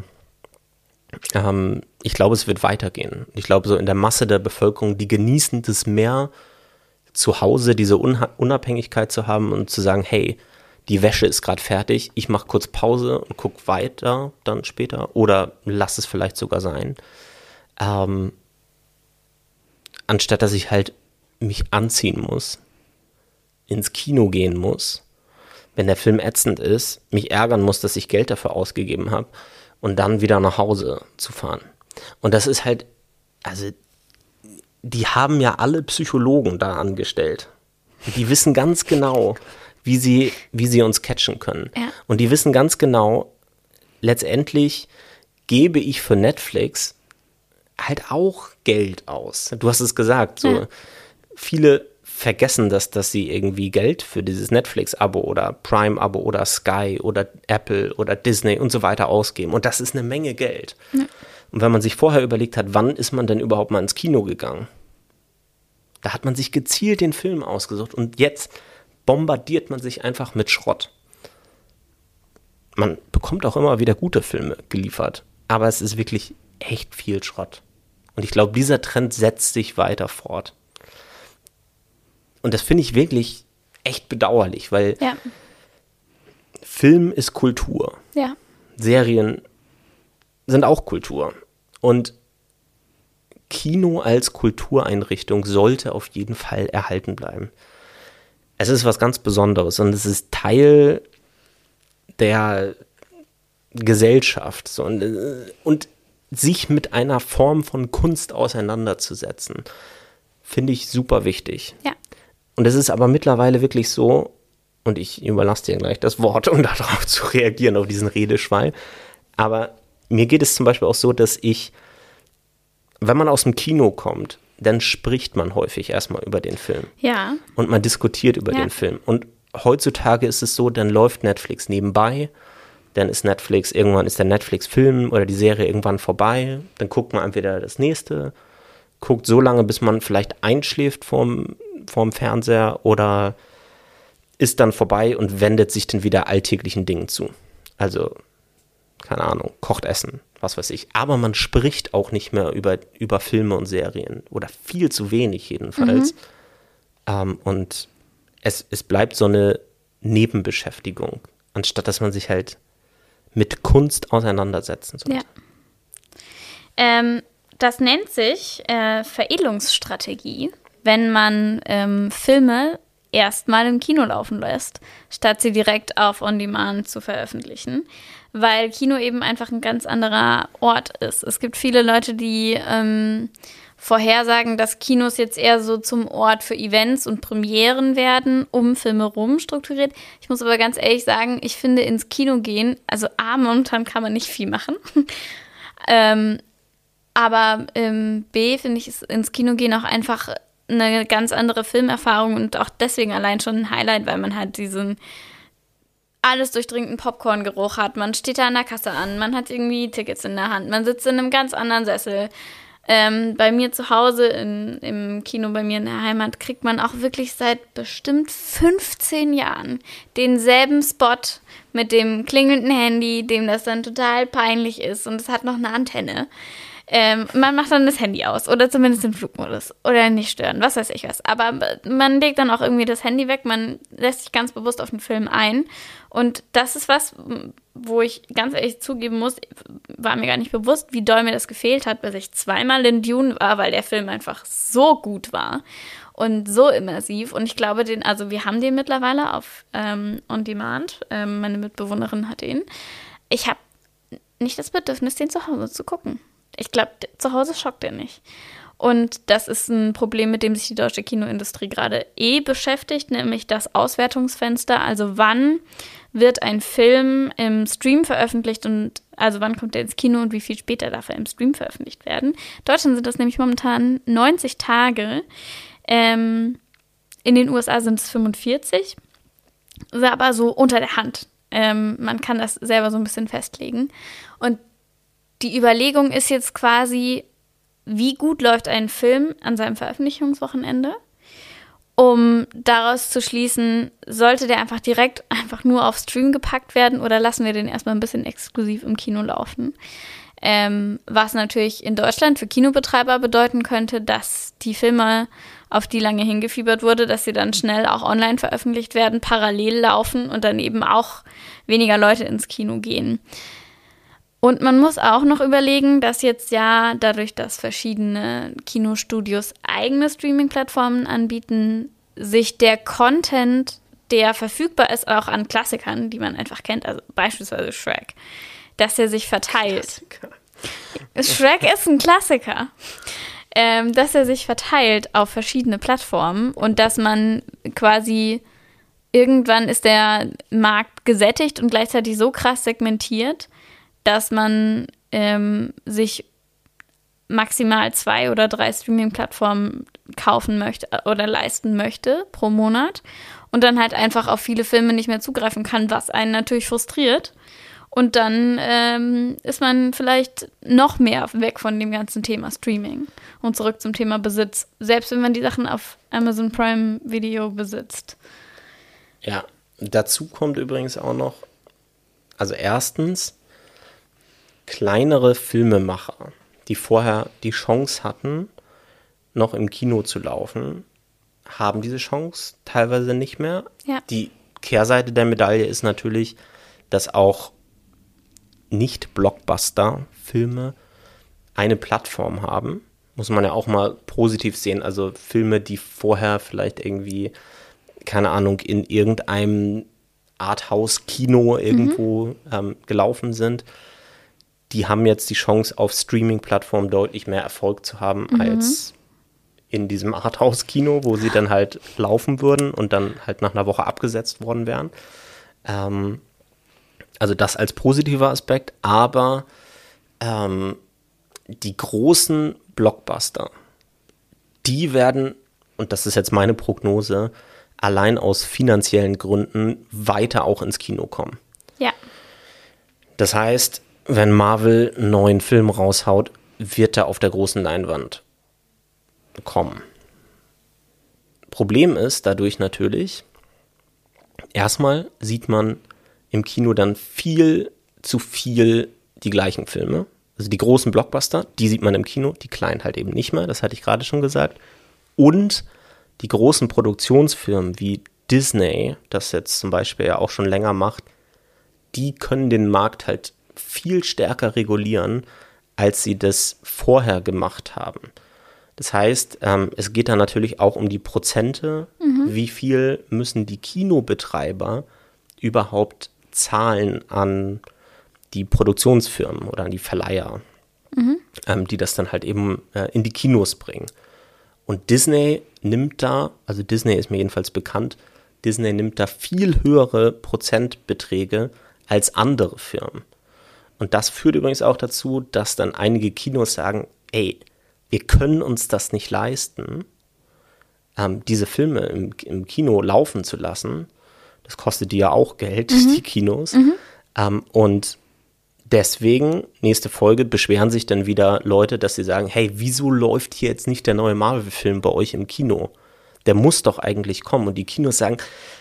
ähm, ich glaube, es wird weitergehen. Ich glaube, so in der Masse der Bevölkerung, die genießen das mehr, zu Hause diese Unha- Unabhängigkeit zu haben und zu sagen, hey, die Wäsche ist gerade fertig, ich mache kurz Pause und gucke weiter dann später oder lass es vielleicht sogar sein. Ähm, anstatt dass ich halt mich anziehen muss, ins Kino gehen muss, wenn der Film ätzend ist, mich ärgern muss, dass ich Geld dafür ausgegeben habe und dann wieder nach Hause zu fahren. Und das ist halt, also die haben ja alle Psychologen da angestellt. Die wissen ganz genau, wie sie, wie sie uns catchen können. Ja. Und die wissen ganz genau, letztendlich gebe ich für Netflix halt auch Geld aus. Du hast es gesagt, so ja. viele vergessen das, dass sie irgendwie Geld für dieses Netflix-Abo oder Prime-Abo oder Sky oder Apple oder Disney und so weiter ausgeben. Und das ist eine Menge Geld. Ja. Und wenn man sich vorher überlegt hat, wann ist man denn überhaupt mal ins Kino gegangen? Da hat man sich gezielt den Film ausgesucht und jetzt bombardiert man sich einfach mit Schrott. Man bekommt auch immer wieder gute Filme geliefert, aber es ist wirklich echt viel Schrott. Und ich glaube, dieser Trend setzt sich weiter fort. Und das finde ich wirklich echt bedauerlich, weil ja. Film ist Kultur. Ja. Serien sind auch Kultur. Und Kino als Kultureinrichtung sollte auf jeden Fall erhalten bleiben. Es ist was ganz Besonderes und es ist Teil der Gesellschaft. So, und, und sich mit einer Form von Kunst auseinanderzusetzen, finde ich super wichtig. Ja. Und es ist aber mittlerweile wirklich so, und ich überlasse dir gleich das Wort, um darauf zu reagieren, auf diesen Redeschwall, aber mir geht es zum Beispiel auch so, dass ich, wenn man aus dem Kino kommt, dann spricht man häufig erstmal über den Film. Ja. Und man diskutiert über ja. den Film. Und heutzutage ist es so, dann läuft Netflix nebenbei, dann ist Netflix, irgendwann ist der Netflix-Film oder die Serie irgendwann vorbei, dann guckt man entweder das nächste, guckt so lange, bis man vielleicht einschläft vorm, vorm Fernseher oder ist dann vorbei und wendet sich dann wieder alltäglichen Dingen zu. Also, keine Ahnung, kocht Essen, was weiß ich. Aber man spricht auch nicht mehr über, über Filme und Serien oder viel zu wenig jedenfalls. Mhm. Ähm, und es, es bleibt so eine Nebenbeschäftigung, anstatt dass man sich halt mit Kunst auseinandersetzen sollte. Ja. Ähm, das nennt sich äh, Veredelungsstrategie, wenn man ähm, Filme erstmal im Kino laufen lässt, statt sie direkt auf On-Demand zu veröffentlichen, weil Kino eben einfach ein ganz anderer Ort ist. Es gibt viele Leute, die ähm, vorhersagen, dass Kinos jetzt eher so zum Ort für Events und Premieren werden, um Filme rum strukturiert. Ich muss aber ganz ehrlich sagen, ich finde ins Kino gehen, also A, momentan kann man nicht viel machen, ähm, aber ähm, B, finde ich, ist ins Kino gehen auch einfach eine ganz andere Filmerfahrung und auch deswegen allein schon ein Highlight, weil man halt diesen alles durchdringenden Popcorn-Geruch hat. Man steht da an der Kasse an, man hat irgendwie Tickets in der Hand, man sitzt in einem ganz anderen Sessel. Ähm, bei mir zu Hause in, im Kino, bei mir in der Heimat, kriegt man auch wirklich seit bestimmt fünfzehn Jahren denselben Spot mit dem klingelnden Handy, dem das dann total peinlich ist und es hat noch eine Antenne. Ähm, man macht dann das Handy aus oder zumindest den Flugmodus oder nicht stören, was weiß ich was. Aber man legt dann auch irgendwie das Handy weg, man lässt sich ganz bewusst auf den Film ein. Und das ist was, wo ich ganz ehrlich zugeben muss, war mir gar nicht bewusst, wie doll mir das gefehlt hat, bis ich zweimal in Dune war, weil der Film einfach so gut war und so immersiv. Und ich glaube, den, also wir haben den mittlerweile auf ähm, On Demand. Ähm, meine Mitbewohnerin hat den. Ich habe nicht das Bedürfnis, den zu Hause zu gucken. Ich glaube, zu Hause schockt er nicht. Und das ist ein Problem, mit dem sich die deutsche Kinoindustrie gerade eh beschäftigt, nämlich das Auswertungsfenster. Also wann wird ein Film im Stream veröffentlicht und also wann kommt er ins Kino und wie viel später darf er im Stream veröffentlicht werden. In Deutschland sind das nämlich momentan neunzig Tage. Ähm, in den U S A sind es fünfundvierzig. Das ist aber so unter der Hand. Ähm, man kann das selber so ein bisschen festlegen. Und die Überlegung ist jetzt quasi, wie gut läuft ein Film an seinem Veröffentlichungswochenende, um daraus zu schließen, sollte der einfach direkt einfach nur auf Stream gepackt werden oder lassen wir den erstmal ein bisschen exklusiv im Kino laufen. Ähm, was natürlich in Deutschland für Kinobetreiber bedeuten könnte, dass die Filme auf die lange hingefiebert wurde, dass sie dann schnell auch online veröffentlicht werden, parallel laufen und dann eben auch weniger Leute ins Kino gehen. Und man muss auch noch überlegen, dass jetzt ja dadurch, dass verschiedene Kinostudios eigene Streaming-Plattformen anbieten, sich der Content, der verfügbar ist, auch an Klassikern, die man einfach kennt, also beispielsweise Shrek, dass er sich verteilt. Klassiker. Shrek ist ein Klassiker. Ähm, dass er sich verteilt auf verschiedene Plattformen und dass man quasi irgendwann ist der Markt gesättigt und gleichzeitig so krass segmentiert, dass man ähm, sich maximal zwei oder drei Streaming-Plattformen kaufen möchte oder leisten möchte pro Monat und dann halt einfach auf viele Filme nicht mehr zugreifen kann, was einen natürlich frustriert. Und dann ähm, ist man vielleicht noch mehr weg von dem ganzen Thema Streaming und zurück zum Thema Besitz, selbst wenn man die Sachen auf Amazon Prime Video besitzt. Ja, dazu kommt übrigens auch noch, also erstens, kleinere Filmemacher, die vorher die Chance hatten, noch im Kino zu laufen, haben diese Chance teilweise nicht mehr. Ja. Die Kehrseite der Medaille ist natürlich, dass auch Nicht-Blockbuster-Filme eine Plattform haben. Muss man ja auch mal positiv sehen. Also Filme, die vorher vielleicht irgendwie, keine Ahnung, in irgendeinem Arthouse-Kino irgendwo mhm. ähm, gelaufen sind, die haben jetzt die Chance, auf Streaming-Plattformen deutlich mehr Erfolg zu haben, mhm. als in diesem Arthouse-Kino, wo sie dann halt laufen würden und dann halt nach einer Woche abgesetzt worden wären. Ähm, also das als positiver Aspekt, aber ähm, die großen Blockbuster, die werden, und das ist jetzt meine Prognose, allein aus finanziellen Gründen weiter auch ins Kino kommen. Ja. Das heißt, wenn Marvel einen neuen Film raushaut, wird er auf der großen Leinwand kommen. Problem ist dadurch natürlich, erstmal sieht man im Kino dann viel zu viel die gleichen Filme. Also die großen Blockbuster, die sieht man im Kino, die kleinen halt eben nicht mehr, das hatte ich gerade schon gesagt. Und die großen Produktionsfirmen wie Disney, das jetzt zum Beispiel ja auch schon länger macht, die können den Markt halt viel stärker regulieren, als sie das vorher gemacht haben. Das heißt, ähm, es geht dann natürlich auch um die Prozente, mhm. wie viel müssen die Kinobetreiber überhaupt zahlen an die Produktionsfirmen oder an die Verleiher, mhm. ähm, die das dann halt eben äh, in die Kinos bringen. Und Disney nimmt da, also Disney ist mir jedenfalls bekannt, Disney nimmt da viel höhere Prozentbeträge als andere Firmen. Und das führt übrigens auch dazu, dass dann einige Kinos sagen, ey, wir können uns das nicht leisten, ähm, diese Filme im, im Kino laufen zu lassen. Das kostet die ja auch Geld, mhm. die Kinos. Mhm. Ähm, und deswegen, nächste Folge, beschweren sich dann wieder Leute, dass sie sagen, hey, wieso läuft hier jetzt nicht der neue Marvel-Film bei euch im Kino? Der muss doch eigentlich kommen. Und die Kinos sagen,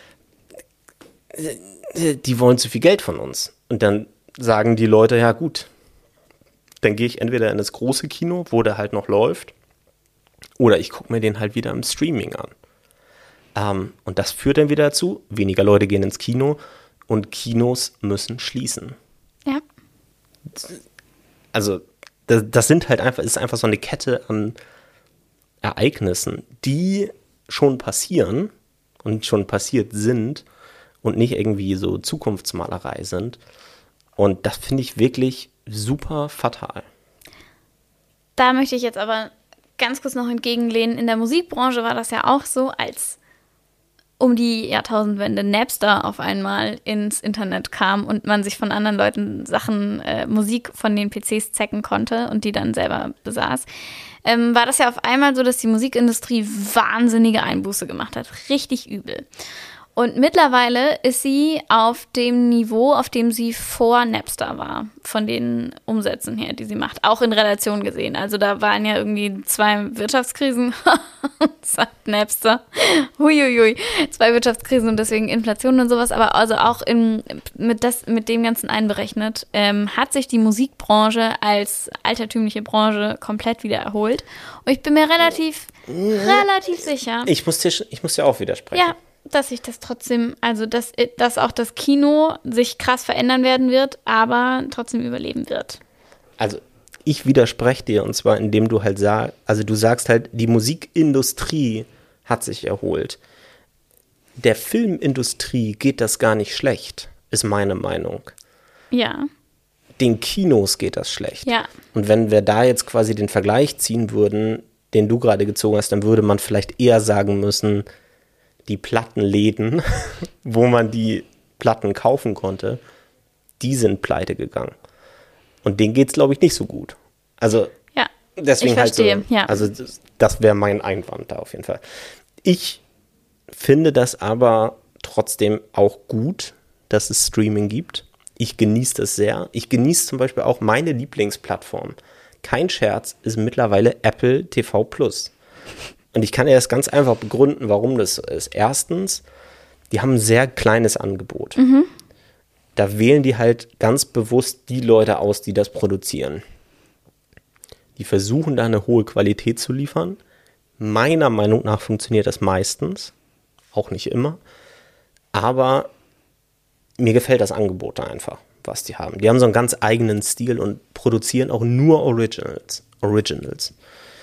die wollen zu viel Geld von uns. Und dann sagen die Leute, ja gut, dann gehe ich entweder in das große Kino, wo der halt noch läuft, oder ich gucke mir den halt wieder im Streaming an. Ähm, und das führt dann wieder dazu, weniger Leute gehen ins Kino und Kinos müssen schließen. Ja. Also das, das sind halt einfach, ist einfach so eine Kette an Ereignissen, die schon passieren und schon passiert sind und nicht irgendwie so Zukunftsmalerei sind. Und das finde ich wirklich super fatal. Da möchte ich jetzt aber ganz kurz noch entgegenlehnen. In der Musikbranche war das ja auch so, als um die Jahrtausendwende Napster auf einmal ins Internet kam und man sich von anderen Leuten Sachen, äh, Musik von den P Cs zecken konnte und die dann selber besaß, ähm, war das ja auf einmal so, dass die Musikindustrie wahnsinnige Einbuße gemacht hat. Richtig übel. Und mittlerweile ist sie auf dem Niveau, auf dem sie vor Napster war, von den Umsätzen her, die sie macht, auch in Relation gesehen. Also da waren ja irgendwie zwei Wirtschaftskrisen, sagt Napster, huiuiui, zwei Wirtschaftskrisen und deswegen Inflation und sowas, aber also auch in, mit, das, mit dem Ganzen einberechnet, ähm, hat sich die Musikbranche als altertümliche Branche komplett wieder erholt. Und ich bin mir relativ relativ sicher. Ich muss dir, ich muss dir auch widersprechen. Ja, dass sich das trotzdem, also dass, dass auch das Kino sich krass verändern werden wird, aber trotzdem überleben wird. Also ich widerspreche dir, und zwar indem du halt sagst, also du sagst halt, die Musikindustrie hat sich erholt. Der Filmindustrie geht das gar nicht schlecht, ist meine Meinung. Ja. Den Kinos geht das schlecht. Ja. Und wenn wir da jetzt quasi den Vergleich ziehen würden, den du gerade gezogen hast, dann würde man vielleicht eher sagen müssen, die Plattenläden, wo man die Platten kaufen konnte, die sind pleite gegangen. Und denen geht es, glaube ich, nicht so gut. Also ja, deswegen ich verstehe, halt so, ja. Also das, das wäre mein Einwand da auf jeden Fall. Ich finde das aber trotzdem auch gut, dass es Streaming gibt. Ich genieße das sehr. Ich genieße zum Beispiel auch meine Lieblingsplattform. Kein Scherz, ist mittlerweile Apple T V Plus. Und ich kann dir das ganz einfach begründen, warum das so ist. Erstens, die haben ein sehr kleines Angebot. Mhm. Da wählen die halt ganz bewusst die Leute aus, die das produzieren. Die versuchen da eine hohe Qualität zu liefern. Meiner Meinung nach funktioniert das meistens. Auch nicht immer. Aber mir gefällt das Angebot da einfach, was die haben. Die haben so einen ganz eigenen Stil und produzieren auch nur Originals. Originals.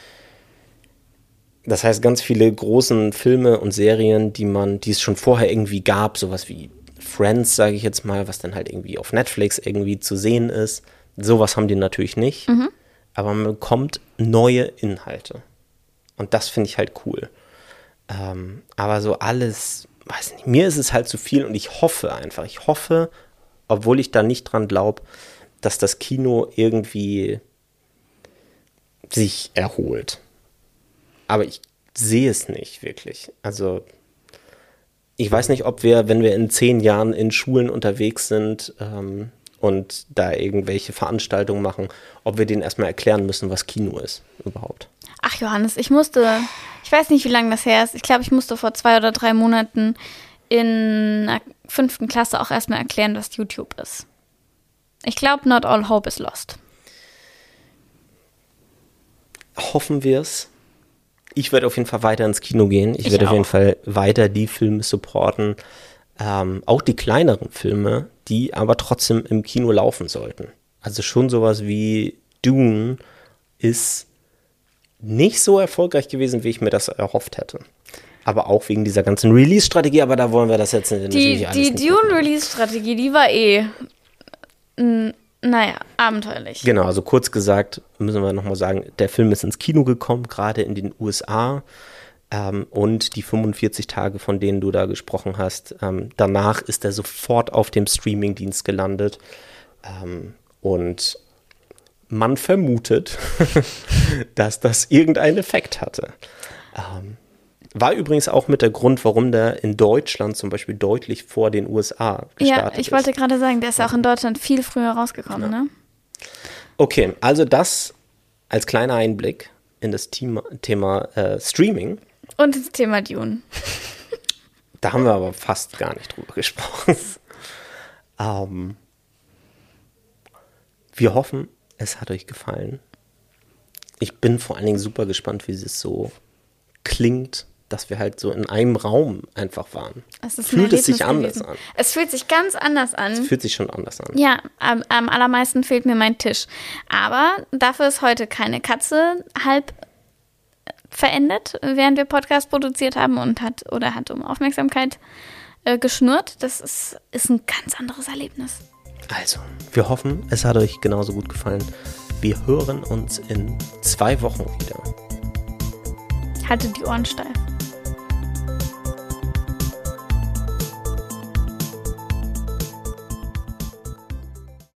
Das heißt, ganz viele großen Filme und Serien, die man, die es schon vorher irgendwie gab, sowas wie Friends, sage ich jetzt mal, was dann halt irgendwie auf Netflix irgendwie zu sehen ist. Sowas haben die natürlich nicht. Mhm. Aber man bekommt neue Inhalte. Und das finde ich halt cool. Ähm, aber so alles, weiß nicht, mir ist es halt zu viel und ich hoffe einfach, ich hoffe, obwohl ich da nicht dran glaube, dass das Kino irgendwie sich erholt. Aber ich sehe es nicht wirklich. Also ich weiß nicht, ob wir, wenn wir in zehn Jahren in Schulen unterwegs sind ähm, und da irgendwelche Veranstaltungen machen, ob wir denen erstmal erklären müssen, was Kino ist überhaupt. Ach Johannes, ich musste, ich weiß nicht, wie lange das her ist, ich glaube, ich musste vor zwei oder drei Monaten in der fünften Klasse auch erstmal erklären, was YouTube ist. Ich glaube, not all hope is lost. Hoffen wir es. Ich werde auf jeden Fall weiter ins Kino gehen. Ich, ich werde auch. auf jeden Fall weiter die Filme supporten. Ähm, auch die kleineren Filme, die aber trotzdem im Kino laufen sollten. Also schon sowas wie Dune ist nicht so erfolgreich gewesen, wie ich mir das erhofft hätte. Aber auch wegen dieser ganzen Release-Strategie, aber da wollen wir das jetzt natürlich die, alles die nicht. Die Dune-Release-Strategie, die war eh, n- naja, abenteuerlich. Genau, also kurz gesagt, müssen wir nochmal sagen, der Film ist ins Kino gekommen, gerade in den U S A. Ähm, und die fünfundvierzig Tage, von denen du da gesprochen hast, ähm, danach ist er sofort auf dem Streamingdienst gelandet. Ähm, und man vermutet, dass das irgendeinen Effekt hatte. Ähm, war übrigens auch mit der Grund, warum der in Deutschland zum Beispiel deutlich vor den U S A gestartet ist. Ja, ich wollte gerade sagen, der ist ja auch in Deutschland viel früher rausgekommen, ja. Ne? Okay, also das als kleiner Einblick in das Thema, Thema äh, Streaming. Und das Thema Dune. Da haben wir aber fast gar nicht drüber gesprochen. ähm, wir hoffen, es hat euch gefallen. Ich bin vor allen Dingen super gespannt, wie es so klingt, dass wir halt so in einem Raum einfach waren. Es ist fühlt es sich anders gewesen. an? Es fühlt sich ganz anders an. Es fühlt sich schon anders an. Ja, am, am allermeisten fehlt mir mein Tisch. Aber dafür ist heute keine Katze halb verendet, während wir Podcast produziert haben und hat oder hat um Aufmerksamkeit äh, geschnurrt. Das ist, ist ein ganz anderes Erlebnis. Also, wir hoffen, es hat euch genauso gut gefallen. Wir hören uns in zwei Wochen wieder. Haltet die Ohren steif.